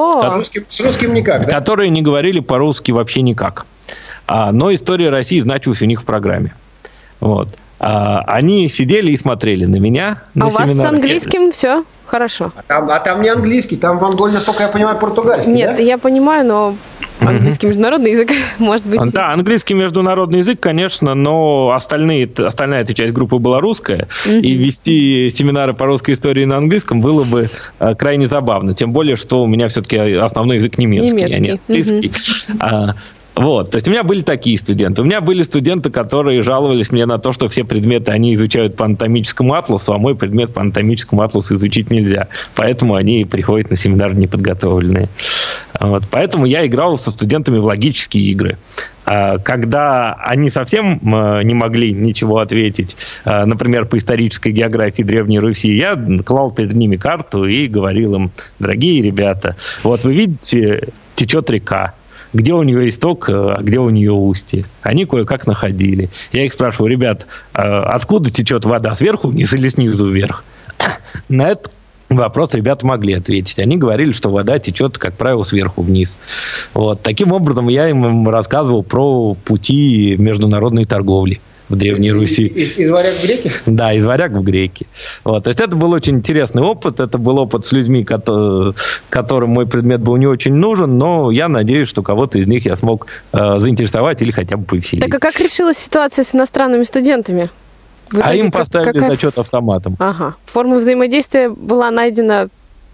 С русским никак, да? которые не говорили по-русски вообще никак. Но история России значилась у них в программе. Вот. Они сидели и смотрели на меня. А у вас с английским все хорошо? А там не английский, там в Анголе, насколько я понимаю, португальский. Нет, да? я понимаю, но английский международный язык, может быть. Да, английский международный язык, конечно, но остальная эта часть группы была русская, и вести семинары по русской истории на английском было бы крайне забавно. Тем более, что у меня все-таки основной язык немецкий, а не английский. Вот, то есть у меня были такие студенты. У меня были студенты, которые жаловались мне на то, что все предметы они изучают по анатомическому атласу, а мой предмет по анатомическому атласу изучить нельзя. Поэтому они приходят на семинар неподготовленные. Вот, поэтому я играл со студентами в логические игры. Когда они совсем не могли ничего ответить, например, по исторической географии Древней Руси, я клал перед ними карту и говорил им: дорогие ребята, вот вы видите, течет река. Где у нее исток, а где у нее устье. Они кое-как находили. Я их спрашиваю: ребят, откуда течет вода, сверху вниз или снизу вверх? На этот вопрос ребята могли ответить. Они говорили, что вода течет, как правило, сверху вниз. Вот. Таким образом, я им рассказывал про пути международной торговли в Древней Руси. Из варяг в греки? Да, из варяг в греки. Вот. То есть это был очень интересный опыт. Это был опыт с людьми, которым мой предмет был не очень нужен, но я надеюсь, что кого-то из них я смог заинтересовать или хотя бы повеселить. Так а как решилась ситуация с иностранными студентами? Им поставили зачет автоматом. Ага. Форма взаимодействия была найдена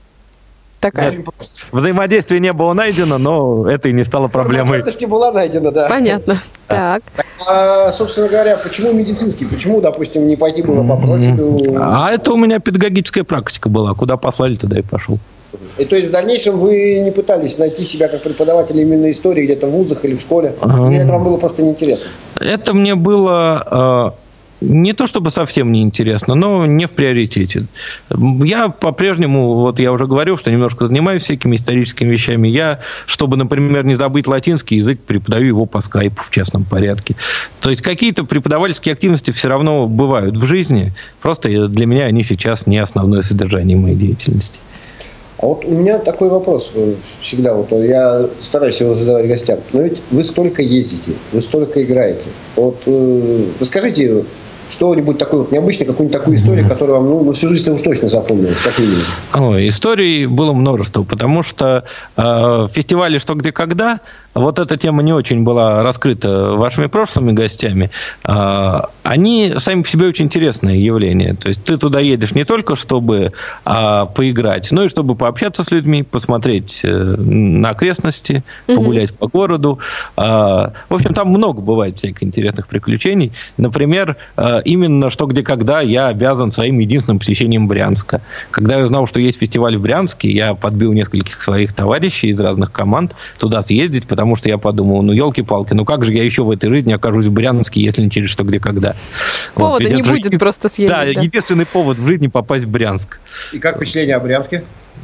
такая. Взаимодействия не было найдено, но это и не стало проблемой. Отчетность не была найдена, да. Понятно. Так. Собственно говоря, почему медицинский? Почему, допустим, не пойти было по профилю? А это у меня педагогическая практика была. Куда послали, туда и пошел. И то есть в дальнейшем вы не пытались найти себя как преподавателя именно истории где-то в вузах или в школе? Или это вам было просто неинтересно? Это мне было Не то чтобы совсем не интересно, но не в приоритете. Я по-прежнему, вот я уже говорил, что немножко занимаюсь всякими историческими вещами. Я, чтобы, например, не забыть латинский язык, преподаю его по скайпу в частном порядке. То есть какие-то преподавательские активности все равно бывают в жизни. Просто для меня они сейчас не основное содержание моей деятельности. А вот у меня такой вопрос всегда, вот я стараюсь его задавать гостям. Но ведь вы столько ездите, вы столько играете. Вот расскажите что-нибудь такое вот необычное, какую-нибудь такую историю, которая вам всю жизнь уж точно запомнилась. Как именно? Историй было множество, потому что фестивали «Что, где, когда», вот эта тема не очень была раскрыта вашими прошлыми гостями. Они сами по себе очень интересное явление. То есть ты туда едешь не только, чтобы поиграть, но и чтобы пообщаться с людьми, посмотреть на окрестности, погулять по городу. В общем, там много бывает всяких интересных приключений. Например, именно «Что, где, когда» я обязан своим единственным посещением Брянска. Когда я узнал, что есть фестиваль в Брянске, я подбил нескольких своих товарищей из разных команд туда съездить, потому что я подумал, елки-палки, как же я еще в этой жизни окажусь в Брянске, если не через «Что, где, когда». Повода не будет просто съездить. Да, единственный повод в жизни попасть в Брянск. И как впечатление о Брянске?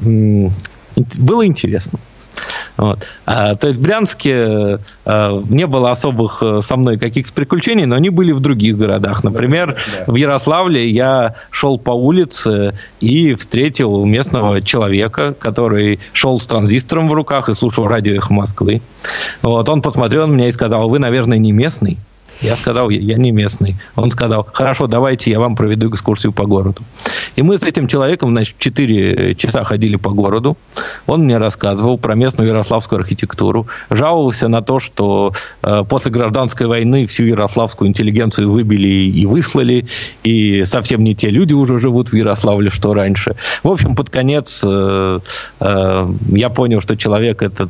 Было интересно. Вот. То есть в Брянске не было особых со мной каких-то приключений, но они были в других городах. Например, в Ярославле я шел по улице и встретил местного человека, который шел с транзистором в руках и слушал радио «Эхо Москвы». Вот. Он посмотрел на меня и сказал: «Вы, наверное, не местный?» Я сказал: я не местный. Он сказал: «Хорошо, давайте я вам проведу экскурсию по городу». И мы с этим человеком, 4 часа ходили по городу. Он мне рассказывал про местную ярославскую архитектуру, жаловался на то, что после гражданской войны всю ярославскую интеллигенцию выбили и выслали, и совсем не те люди уже живут в Ярославле, что раньше. В общем, под конец я понял, что человек этот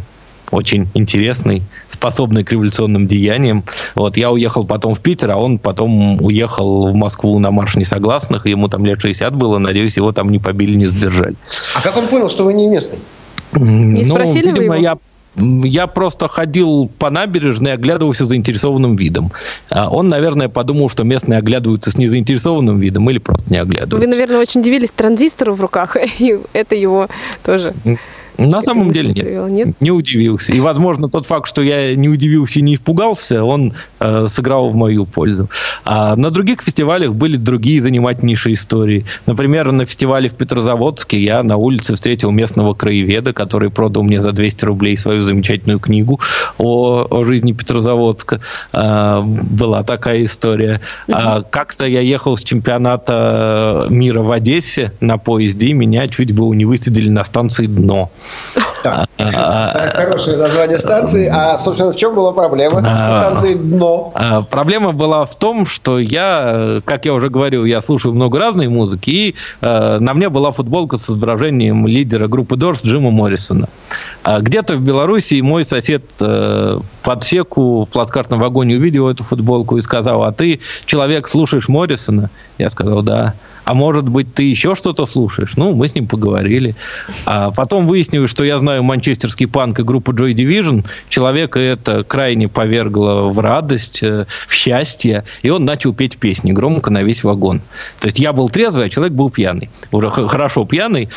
очень интересный, способный к революционным деяниям. Вот, я уехал потом в Питер, а он потом уехал в Москву на марш несогласных, и ему там лет 60 было, надеюсь, его там не побили, не задержали. А как он понял, что вы не местный? Не спросили вы его? Я просто ходил по набережной и оглядывался заинтересованным видом. Он, наверное, подумал, что местные оглядываются с незаинтересованным видом или просто не оглядываются. Вы, наверное, очень удивились транзистору в руках, и это его тоже... На самом деле нет, не удивился. И, возможно, тот факт, что я не удивился и не испугался, он сыграл в мою пользу. А на других фестивалях были другие занимательнейшие истории. Например, на фестивале в Петрозаводске я на улице встретил местного краеведа, который продал мне за 200 рублей свою замечательную книгу о жизни Петрозаводска. Была такая история. Как-то я ехал с чемпионата мира в Одессе на поезде, и меня чуть было не высадили на станции «Дно». Так, хорошее название станции. А, собственно, в чем была проблема со станцией «Дно»? Проблема была в том, что я, как я уже говорил, я слушаю много разной музыки, и на мне была футболка с изображением лидера группы Doors Джима Моррисона. Где-то в Беларуси мой сосед по отсеку в плацкартном вагоне увидел эту футболку и сказал: «А ты, человек, слушаешь Моррисона?» Я сказал: «Да». «А может быть, ты еще что-то слушаешь?» Мы с ним поговорили. А потом выяснилось, что я знаю манчестерский панк и группу Joy Division. Человека это крайне повергло в радость, в счастье, и он начал петь песни громко на весь вагон. То есть я был трезвый, а человек был пьяный. Уже хорошо пьяный.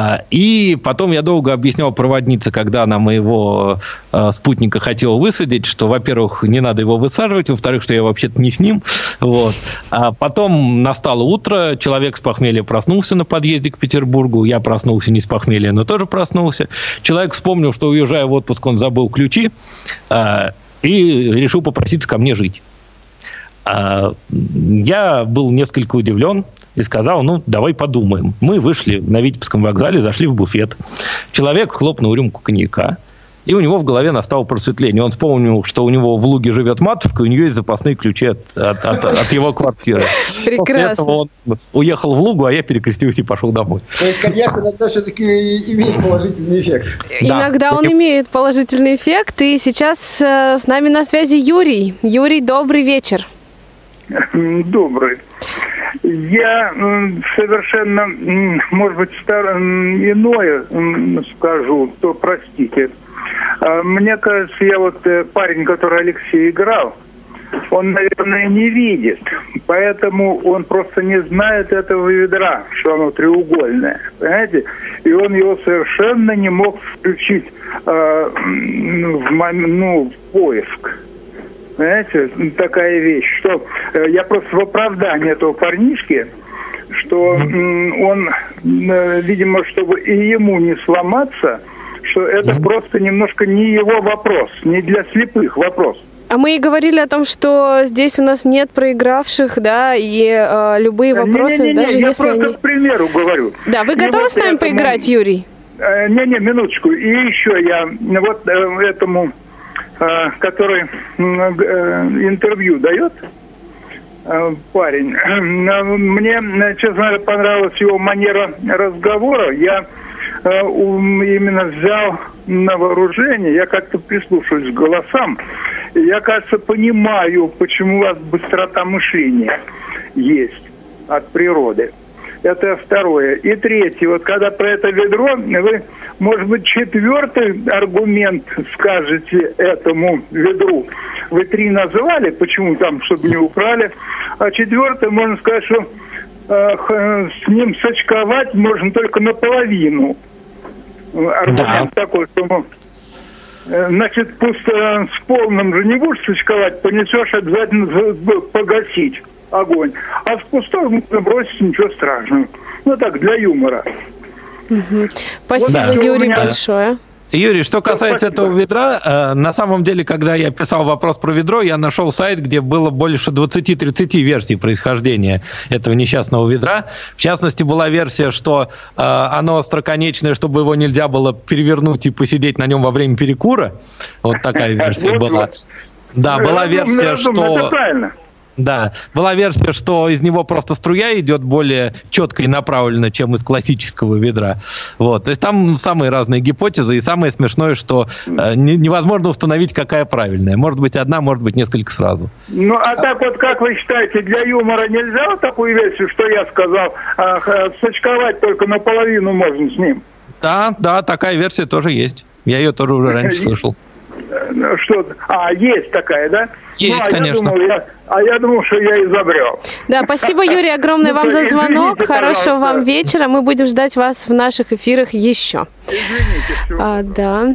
И потом я долго объяснял проводнице, когда она моего спутника хотела высадить, что, во-первых, не надо его высаживать, во-вторых, что я вообще-то не с ним. Вот. А потом настало утро, человек с похмелья проснулся на подъезде к Петербургу, я проснулся не с похмелья, но тоже проснулся. Человек вспомнил, что, уезжая в отпуск, он забыл ключи, и решил попроситься ко мне жить. Я был несколько удивлен и сказал: давай подумаем. Мы вышли на Витебском вокзале, зашли в буфет. Человек хлопнул рюмку коньяка, и у него в голове настало просветление. Он вспомнил, что у него в Луге живет матушка, и у нее есть запасные ключи от его квартиры. Прекрасно. После этого он уехал в Лугу, а я перекрестился и пошел домой. То есть коньяк иногда все-таки имеет положительный эффект. Иногда он имеет положительный эффект. И сейчас с нами на связи Юрий. Юрий, добрый вечер. Добрый. Я совершенно, может быть, иное скажу, то простите. Мне кажется, я парень, который Алексей играл, он, наверное, не видит. Поэтому он просто не знает этого ведра, что оно треугольное. Понимаете? И он его совершенно не мог включить в поиск. Понимаете? Такая вещь, что я просто в оправдании этого парнишки, что он, видимо, чтобы и ему не сломаться, что это просто немножко не его вопрос, не для слепых вопрос. А мы и говорили о том, что здесь у нас нет проигравших, да, и любые вопросы, даже я если просто они... к примеру говорю. Да, вы готовы вот с нами поиграть, Юрий? Минуточку. И еще я вот этому, который интервью дает, парень, мне, честно говоря, понравилась его манера разговора. Я именно взял на вооружение, я как-то прислушиваюсь к голосам, и я, кажется, понимаю, почему у вас быстрота мышления есть от природы. Это второе. И третье, вот когда про это ведро, вы, может быть, четвертый аргумент скажете этому ведру. Вы 3 называли, почему там, чтобы не украли, а четвертый, можно сказать, что с ним сочковать можно только наполовину. Аргумент такой, что, значит, с полным же не будешь сочковать, понесешь обязательно погасить огонь. А с пустым можно бросить, ничего страшного. Ну так, для юмора. Спасибо, Юрий, большое. Юрий, что касается этого ведра, на самом деле, когда я писал вопрос про ведро, я нашел сайт, где было больше 20-30 версий происхождения этого несчастного ведра. В частности, была версия, что оно остроконечное, чтобы его нельзя было перевернуть и посидеть на нем во время перекура. Вот такая версия была. Да, была версия, что... Да, была версия, что из него просто струя идет более четко и направленно, чем из классического ведра. Вот. То есть там самые разные гипотезы, и самое смешное, что невозможно установить, какая правильная. Может быть одна, может быть несколько сразу. Ну, а так вот, как вы считаете, для юмора нельзя вот такую версию, что я сказал, сочковать только наполовину можно с ним? Да, такая версия тоже есть. Я ее тоже уже раньше слышал. Есть такая, да? Есть, конечно. Я думал, что я изобрел. Да, спасибо, Юрий, огромное вам за звонок. Хорошего вам вечера. Мы будем ждать вас в наших эфирах еще. Извините. Да.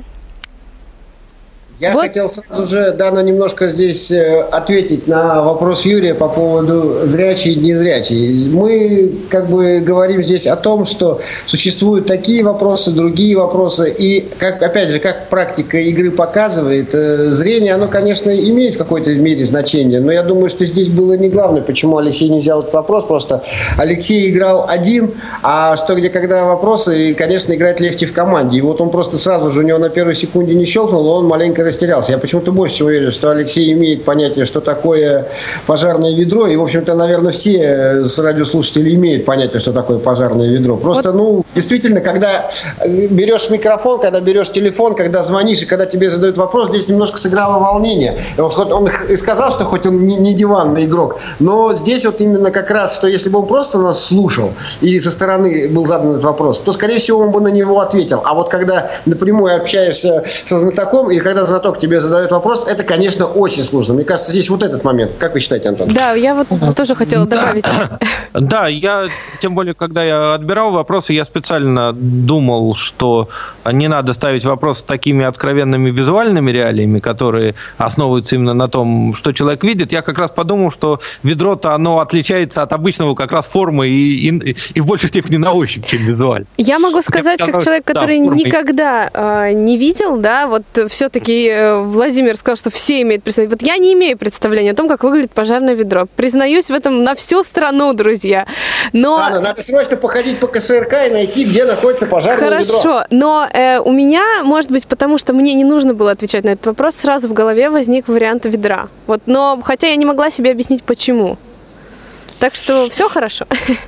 Я хотел сразу же, немножко здесь ответить на вопрос Юрия по поводу зрячий и незрячий. Мы говорим здесь о том, что существуют такие вопросы, другие вопросы. И, опять же, как практика игры показывает, зрение, оно, конечно, имеет в какой-то мере значение. Но я думаю, что здесь было не главное, почему Алексей не взял этот вопрос. Просто Алексей играл один, а когда вопросы, и, конечно, играть легче в команде. И вот он просто сразу же, у него на первой секунде не щелкнул, он маленько растерялся. Я почему-то больше всего уверен, что Алексей имеет понятие, что такое пожарное ведро. И, в общем-то, наверное, все радиослушатели имеют понятие, что такое пожарное ведро. Просто, действительно, когда берешь микрофон, когда берешь телефон, когда звонишь и когда тебе задают вопрос, здесь немножко сыграло волнение. И вот он и сказал, что хоть он не диванный игрок, но здесь вот именно как раз, что если бы он просто нас слушал и со стороны был задан этот вопрос, то, скорее всего, он бы на него ответил. А вот когда напрямую общаешься со знатоком, и когда знаток тебе задает вопрос, это, конечно, очень сложно. Мне кажется, здесь вот этот момент. Как вы считаете, Антон? Да, я вот тоже хотела добавить. Да, я, тем более, когда я отбирал вопросы, я специально думал, что не надо ставить вопрос с такими откровенными визуальными реалиями, которые основываются именно на том, что человек видит. Я как раз подумал, что ведро-то, оно отличается от обычного как раз формы и в большей степени на ощупь, чем визуально. Я могу сказать, как человек, который никогда не видел, вот все-таки Владимир сказал, что все имеют представление. Вот я не имею представления о том, как выглядит пожарное ведро. Признаюсь в этом на всю страну, друзья. Но... надо срочно походить по КСРК и найти, где находится пожарное ведро. Хорошо, но у меня, может быть, потому что мне не нужно было отвечать на этот вопрос, сразу в голове возник вариант ведра. Но хотя я не могла себе объяснить, почему. Так что все хорошо.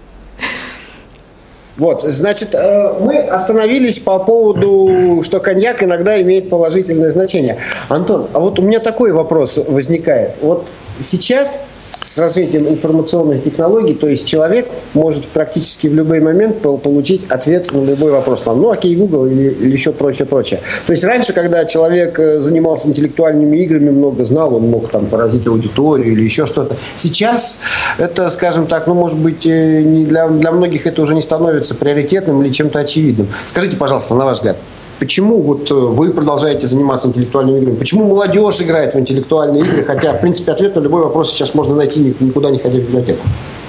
Значит, мы остановились по поводу, что коньяк иногда имеет положительное значение. Антон, а вот у меня такой вопрос возникает. сейчас с развитием информационных технологий, то есть человек может практически в любой момент получить ответ на любой вопрос. Там, окей, Google или еще прочее. То есть раньше, когда человек занимался интеллектуальными играми, много знал, он мог там поразить аудиторию или еще что-то. Сейчас это, скажем так, может быть, не для многих это уже не становится приоритетным или чем-то очевидным. Скажите, пожалуйста, на ваш взгляд, почему вы продолжаете заниматься интеллектуальными играми? Почему молодежь играет в интеллектуальные игры? Хотя, в принципе, ответ на любой вопрос сейчас можно найти, никуда не ходя в библиотеку.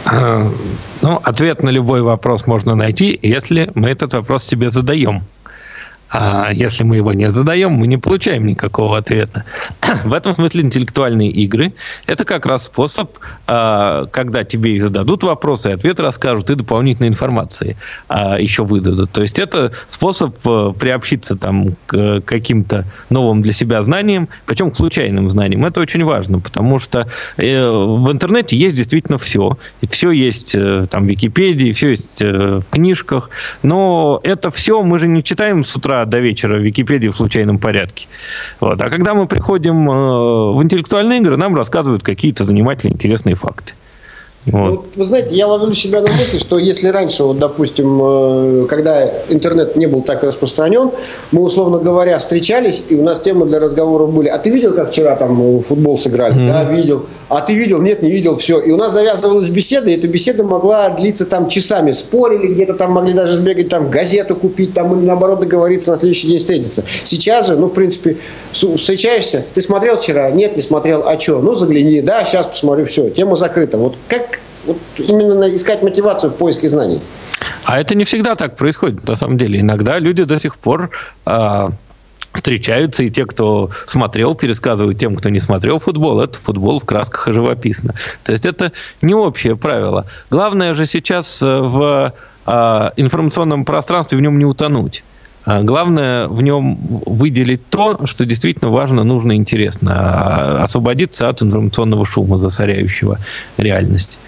Ответ на любой вопрос можно найти, если мы этот вопрос себе задаем. А если мы его не задаем, мы не получаем никакого ответа. В этом смысле интеллектуальные игры – это как раз способ, когда тебе зададут вопросы, ответ расскажут и дополнительной информации еще выдадут. То есть это способ приобщиться там, к каким-то новым для себя знаниям, причем к случайным знаниям. Это очень важно, потому что в интернете есть действительно все. И все есть там, в Википедии, все есть в книжках. Но это все мы же не читаем с утра до вечера в Википедии в случайном порядке. А когда мы приходим в интеллектуальные игры, нам рассказывают какие-то занимательные, интересные факты. Вы знаете, я ловлю себя на мысли, что если раньше, допустим, когда интернет не был так распространен, мы, условно говоря, встречались, и у нас темы для разговоров были. А ты видел, как вчера там в футбол сыграли? Да, видел. А ты видел? Нет, не видел. Все. И у нас завязывалась беседа, и эта беседа могла длиться там часами. Спорили, где-то там могли даже сбегать, там газету купить, там, или наоборот договориться на следующий день встретиться. Сейчас же, в принципе, встречаешься. Ты смотрел вчера? Нет, не смотрел. А что? Загляни. Да, сейчас посмотрю. Все. Тема закрыта. Как именно искать мотивацию в поиске знаний? А это не всегда так происходит, на самом деле. Иногда люди до сих пор встречаются, и те, кто смотрел, пересказывают тем, кто не смотрел футбол. Это футбол в красках и живописно. То есть это не общее правило. Главное же сейчас в информационном пространстве в нем не утонуть. Главное в нем выделить то, что действительно важно, нужно и интересно. Освободиться от информационного шума, засоряющего реальность.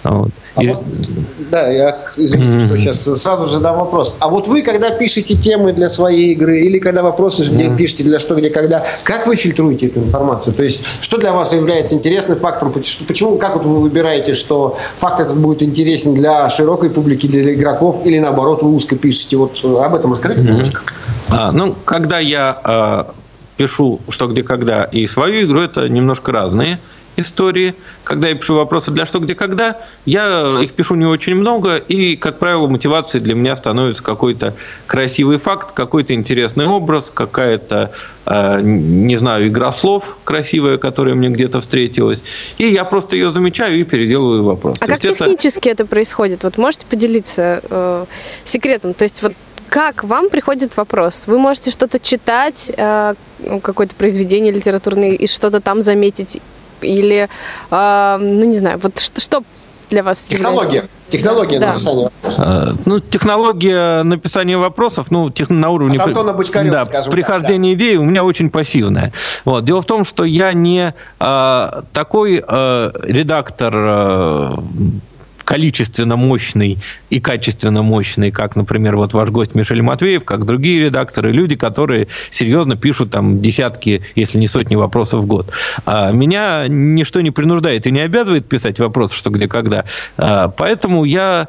Я извините, что сейчас сразу же дам вопрос. А вы, когда пишете темы для своей игры, или когда вопросы, где пишете для что, где, когда, как вы фильтруете эту информацию? То есть, что для вас является интересным фактором? Почему, как вы выбираете, что факт этот будет интересен для широкой публики, для игроков, или наоборот, вы узко пишете? Об этом расскажите немножко. Когда я пишу что, где, когда и свою игру, это немножко разные истории. Когда я пишу вопросы для что, где, когда, я их пишу не очень много, и, как правило, мотивацией для меня становится какой-то красивый факт, какой-то интересный образ, какая-то, не знаю, игра слов красивая, которая мне где-то встретилась, и я просто ее замечаю и переделываю вопрос. А как технически это происходит? Можете поделиться секретом? То есть как вам приходит вопрос? Вы можете что-то читать, какое-то произведение литературное, и что-то там заметить, или, не знаю, что для вас является? Технология написания вопросов. Технология написания вопросов, на уровне Антона Бочкарева, скажем прихождения идеи у меня очень пассивная. Дело в том, что я не такой редактор количественно мощный и качественно мощный, как, например, ваш гость Мишель Матвеев, как другие редакторы, люди, которые серьезно пишут там десятки, если не сотни вопросов в год. Меня ничто не принуждает и не обязывает писать вопросы, что, где, когда. Поэтому я,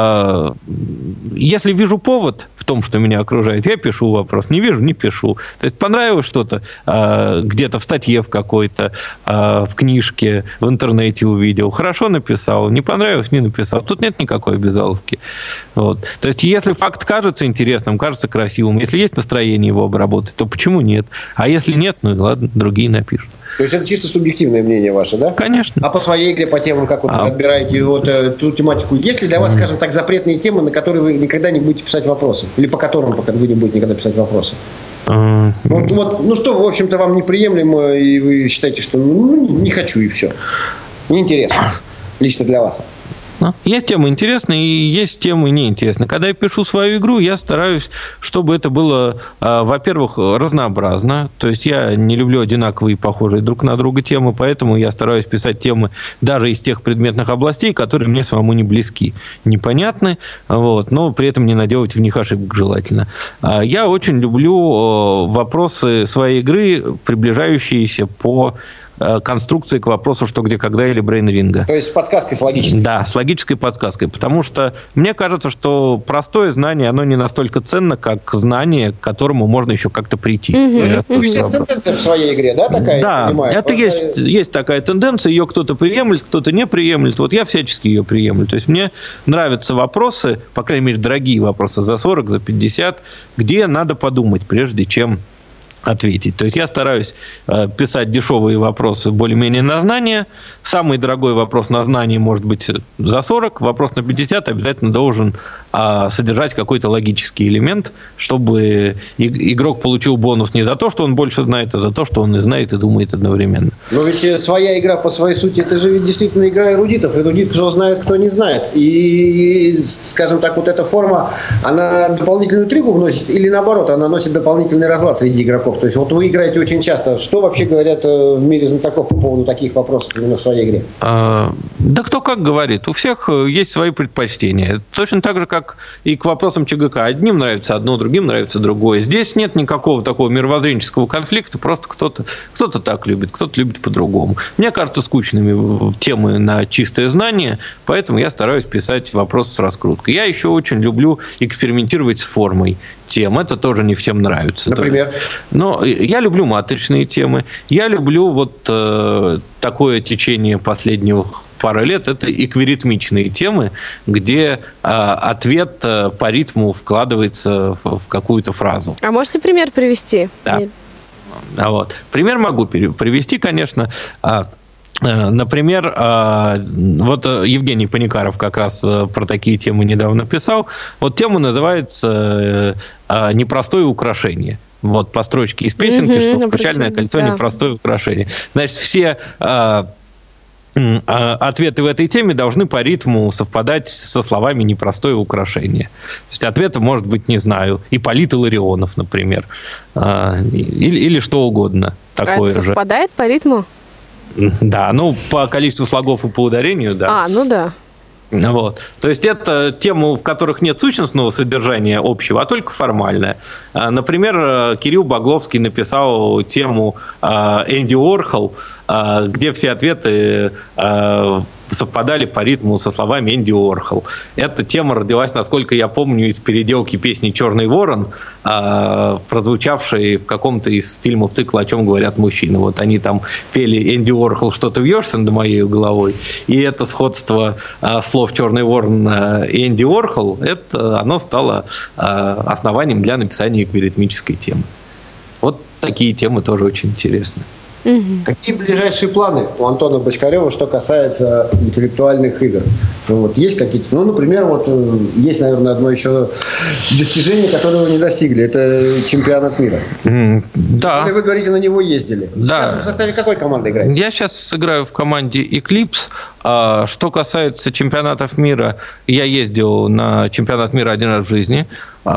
если вижу повод в том, что меня окружает, я пишу вопрос. Не вижу, не пишу. То есть понравилось что-то где-то в статье в какой-то, в книжке, в интернете увидел. Хорошо написал. Не понравилось, не написал. Тут нет никакой обязаловки. То есть если факт кажется интересным, кажется красивым, если есть настроение его обработать, то почему нет? А если нет, ладно, другие напишут. То есть это чисто субъективное мнение ваше, да? Конечно. А по своей игре, по темам, как вы отбираете ту тематику, есть ли для вас, скажем так, запретные темы, на которые вы никогда не будете писать вопросы? Или по которым вы не будете никогда писать вопросы? Что, в общем-то, вам неприемлемо, и вы считаете, что не хочу, и все. Неинтересно. Лично для вас. Есть темы интересные и есть темы неинтересные. Когда я пишу свою игру, я стараюсь, чтобы это было, во-первых, разнообразно. То есть я не люблю одинаковые и похожие друг на друга темы, поэтому я стараюсь писать темы даже из тех предметных областей, которые мне самому не близки, непонятны, но при этом не наделать в них ошибок желательно. Я очень люблю вопросы своей игры, приближающиеся по конструкцией к вопросу «что, где, когда» или брейн-ринга. То есть с подсказкой, с логической? Да, с логической подсказкой. Потому что мне кажется, что простое знание, оно не настолько ценно, как знание, к которому можно еще как-то прийти. Есть тенденция в своей игре, да, такая? Да, это есть такая тенденция, ее кто-то приемлет, кто-то не приемлет. Вот я всячески ее приемлю. То есть мне нравятся вопросы, по крайней мере, дорогие вопросы за 40, за 50, где надо подумать, прежде чем ответить. То есть я стараюсь писать дешевые вопросы более-менее на знание. Самый дорогой вопрос на знание может быть за 40. Вопрос на 50 обязательно должен содержать какой-то логический элемент, чтобы игрок получил бонус не за то, что он больше знает, а за то, что он и знает, и думает одновременно. Но ведь своя игра по своей сути, это же ведь действительно игра эрудитов. Эрудит, кто знает, кто не знает. И, скажем так, вот эта форма, она дополнительную интригу вносит или наоборот, она носит дополнительный разлад среди игроков? То есть вот вы играете очень часто. Что вообще говорят в мире знатоков по поводу таких вопросов именно в своей игре? Да кто как говорит. У всех есть свои предпочтения. Точно так же, как и к вопросам ЧГК. Одним нравится одно, другим нравится другое. Здесь нет никакого такого мировоззренческого конфликта. Просто кто-то так любит, кто-то любит по-другому. Мне кажется скучными темы на чистое знание, поэтому я стараюсь писать вопросы с раскруткой. Я еще очень люблю экспериментировать с формой тем. Это тоже не всем нравится. Например? Но я люблю матричные темы. Я люблю вот такое течение последних пары лет. Это эквиритмичные темы, где ответ по ритму вкладывается в какую-то фразу. А можете пример привести? Да. Вот. Пример могу привести, конечно. Например, вот Евгений Паникаров как раз про такие темы недавно писал. Вот тема называется «Непростое украшение». Вот по строчке из песенки, что «Печальное кольцо – непростое украшение». Значит, все ответы в этой теме должны по ритму совпадать со словами «непростое украшение». То есть ответом может быть, не знаю, Ипполит Илларионов, например, или что угодно такое это совпадает по ритму? Да, по количеству слогов и по ударению, да. Ну да. Вот. То есть это темы, в которых нет сущностного содержания общего, а только формальное. Например, Кирилл Багловский написал тему Энди Уорхол, где все ответы совпадали по ритму со словами Энди Уорхол. Эта тема родилась, насколько я помню, из переделки песни «Черный ворон», прозвучавшей в каком-то из фильмов «Цикла «О чем говорят мужчины». Вот они там пели «Энди Уорхол, что ты вьешься над моей головой», и это сходство слов «Черный ворон» и «Энди Уорхол», оно стало основанием для написания эквиритмической темы. Вот такие темы тоже очень интересны. Какие ближайшие планы у Антона Бочкарева, что касается интеллектуальных игр? Вот есть какие-то, например, вот есть, наверное, одно еще достижение, которого вы не достигли. Это чемпионат мира. Да. Или вы говорите, на него ездили? Да. Сейчас в составе какой команды играете? Я сейчас играю в команде Eclipse. Что касается чемпионатов мира, я ездил на чемпионат мира один раз в жизни.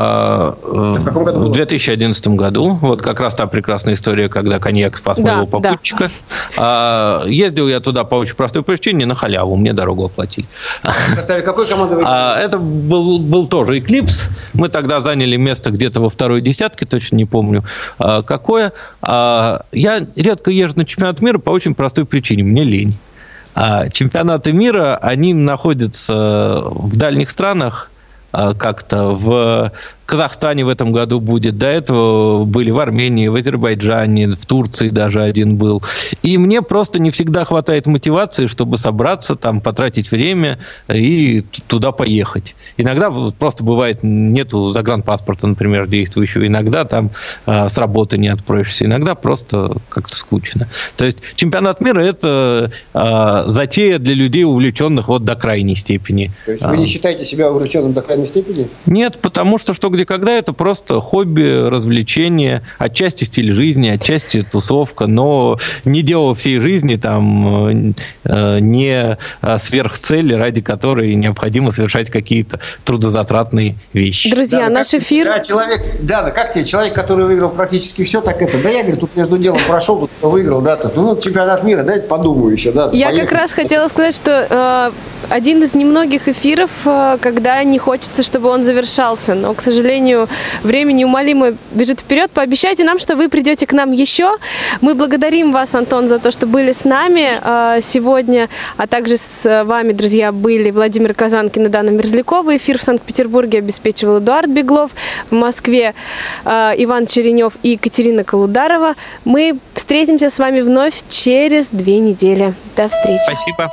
В каком году? В 2011 году. Вот как раз та прекрасная история, когда коньяк спас моего попутчика. Да. Ездил я туда по очень простой причине, на халяву. Мне дорогу оплатили. В составе какой команды вы играли? Это был тоже Eclipse. Мы тогда заняли место где-то во второй десятке, точно не помню какое. Я редко езжу на чемпионат мира по очень простой причине. Мне лень. Чемпионаты мира, они находятся в дальних странах, как-то в Казахстане в этом году будет, до этого были в Армении, в Азербайджане, в Турции даже один был. И мне просто не всегда хватает мотивации, чтобы собраться, там, потратить время и туда поехать. Иногда просто бывает, нету загранпаспорта, например, действующего, иногда там с работы не отпросишься, иногда просто как-то скучно. То есть чемпионат мира – это затея для людей, увлеченных вот до крайней степени. То есть вы не считаете себя увлеченным до крайней степени? Нет, потому что где когда это просто хобби, развлечение, отчасти стиль жизни, отчасти тусовка, но не дело всей жизни, там, не сверхцели, ради которой необходимо совершать какие-то трудозатратные вещи. Друзья, наш эфир... Как тебе человек, который выиграл практически все, так это, да я, говорю, тут между делом прошел, тут все выиграл, да, тут, чемпионат мира, дайте подумаю еще, да. Я как раз хотела сказать, что один из немногих эфиров, когда не хочется, чтобы он завершался. Но, к сожалению, время неумолимо бежит вперед. Пообещайте нам, что вы придете к нам еще. Мы благодарим вас, Антон, за то, что были с нами сегодня. А также с вами, друзья, были Владимир Казанкин и Дана Мерзлякова. Эфир в Санкт-Петербурге обеспечивал Эдуард Беглов. В Москве Иван Черенев и Екатерина Колударова. Мы встретимся с вами вновь через 2 недели. До встречи. Спасибо.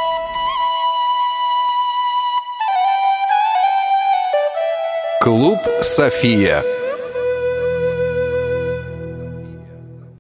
Клуб «София».